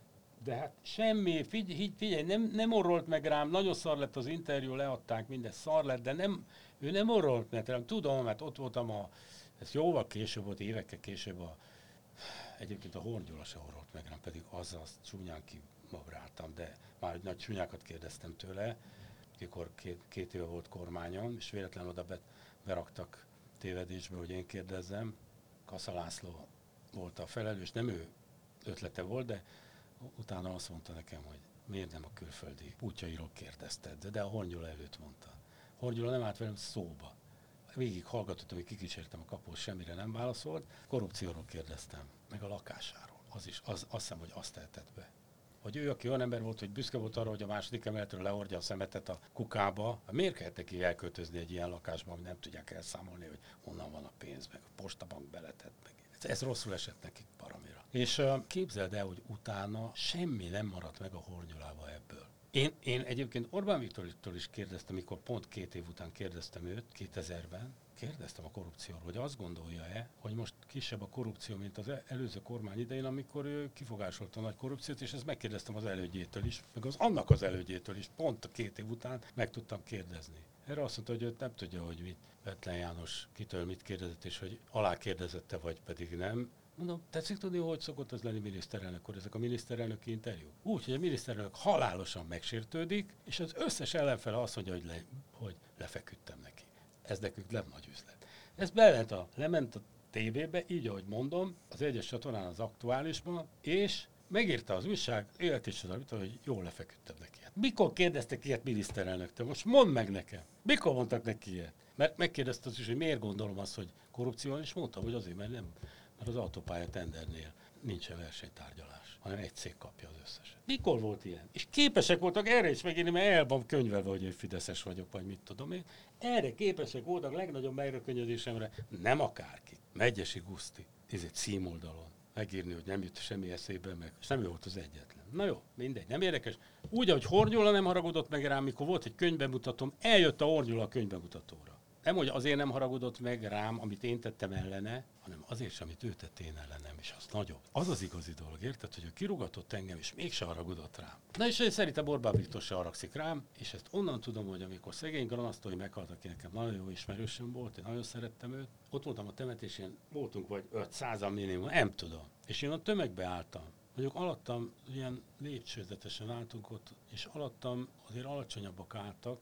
De hát semmi, figyelj, nem orrolt meg rám, nagyon szar lett az interjú, leadták, minden szar lett, de ő nem orrolt meg rám, tudom, mert ott voltam ez jóval később volt, évekkel később egyébként a Horn Gyula se orrolt meg rám, pedig azzal csúnyán kimabráltam, de már nagy csúnyákat kérdeztem tőle, mikor 2 éve volt kormányon, és véletlenül oda beraktak tévedésbe, hogy én kérdezzem. Kassa László volt a felelős, nem ő ötlete volt, de utána azt mondta nekem, hogy miért nem a külföldi útjairól kérdezted, de a Horn Gyula előtt mondta. Horn Gyula nem állt velem szóba. Végig hallgatottam, hogy kikísértem a kapós, semmire nem válaszolt. Korrupcióról kérdeztem, meg a lakásáról. Azt hiszem, hogy azt tehetett be. Hogy ő, aki olyan ember volt, hogy büszke volt arra, hogy a második emeletről lehordja a szemetet a kukába, miért kellett neki elköltözni egy ilyen lakásba, amit nem tudják elszámolni, hogy honnan van a pénz, meg a postabank beletett meg. Ez rosszul esett nekik paramira. És képzeld el, hogy utána semmi nem maradt meg a Horn Gyulába ebből. Én egyébként Orbán Viktortól is kérdeztem, mikor pont 2 év után kérdeztem őt, 2000-ben, kérdeztem a korrupcióról, hogy azt gondolja-e, hogy most kisebb a korrupció, mint az előző kormány idején, amikor ő kifogásolta a nagy korrupciót, és ezt megkérdeztem az elődjétől is, meg annak az elődjétől is, pont a 2 év után meg tudtam kérdezni. Erre azt mondta, hogy ő nem tudja, hogy mit Bethlen János kitől mit kérdezett, és hogy alákérdezette, vagy pedig nem. Mondom, tetszik tudni, hogy szokott az lenni miniszterelnök, ezek a miniszterelnöki interjúk? Úgy, hogy a miniszterelnök halálosan megsértődik, és az összes ellenfele azt mondja, hogy lefeküdtem neki. Ez nekünk nem nagy üzlet. Ez lement a tévébe, így ahogy mondom, az egyes csatornán, az Aktuálisban, és megírta az újság, élet és az hogy jól lefeküdtem neki. Mikor kérdeztek ilyet miniszterelnöktől? Most mondd meg nekem. Mikor mondtak neki ilyet? Mert megkérdezte az is, hogy miért gondolom azt, hogy korrupció, és mondtam, hogy azért, mert az autópálya tendernél nincsen versenytárgyalás, hanem egy cég kapja az összeset. Mikor volt ilyen? És képesek voltak erre is megírni, mert el van könyvelve, hogy én fideszes vagyok, vagy mit tudom én. Erre képesek voltak legnagyobb megrökönyödésemre, nem akárki. Megyesi Guszti, ez egy címoldalon. Megírni, hogy nem jut semmi eszébe meg, és nem ő volt az egyetlen. Na jó, mindegy, nem érdekes. Úgy, ahogy Horn Gyula nem haragudott meg rám, mikor volt egy könyvbemutatom, eljött a Horn Gyula a könyvbemutatóra. Nem, hogy azért nem haragudott meg rám, amit én tettem ellene, hanem azért, amit ő tett én ellenem, és az nagyobb. Az az igazi dolog, érted, hogy ő kirugatott engem, és mégse haragudott rám. Na és én szerintem Orbán Viktor se haragszik rám, és ezt onnan tudom, hogy amikor szegény Granasztói meghalt, aki nekem nagyon jó ismerősöm volt, én nagyon szerettem őt, ott voltam a temetésén, voltunk vagy 500-an minimum, nem tudom. És én a tömegbe álltam. Mondjuk alattam, ilyen lépcsőzetesen álltunk ott, és alattam azért alacsonyabbak álltak,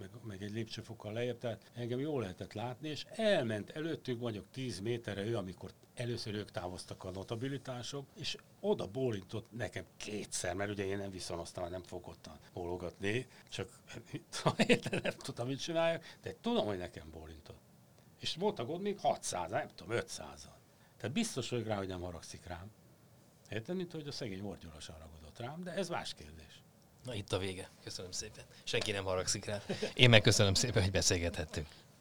meg egy lépcsőfokkal lejjebb, tehát engem jól lehetett látni, és elment előttük mondjuk 10 méterre ő, amikor először ők távoztak a notabilitások, és oda bólintott nekem kétszer, mert ugye én nem viszonoztam, nem fogottan bólogatni, csak nem tudtam, mit csináljak, de tudom, hogy nekem bólintott. És voltak ott még 600, nem tudom, 500-an. Tehát biztos vagyok rá, hogy nem haragszik rám. Érted, mint hogy a szegény Orgyolas haragudott rám, de ez más kérdés. Na itt a vége. Köszönöm szépen. Senki nem haragszik rá. Én meg köszönöm szépen, hogy beszélgethettünk.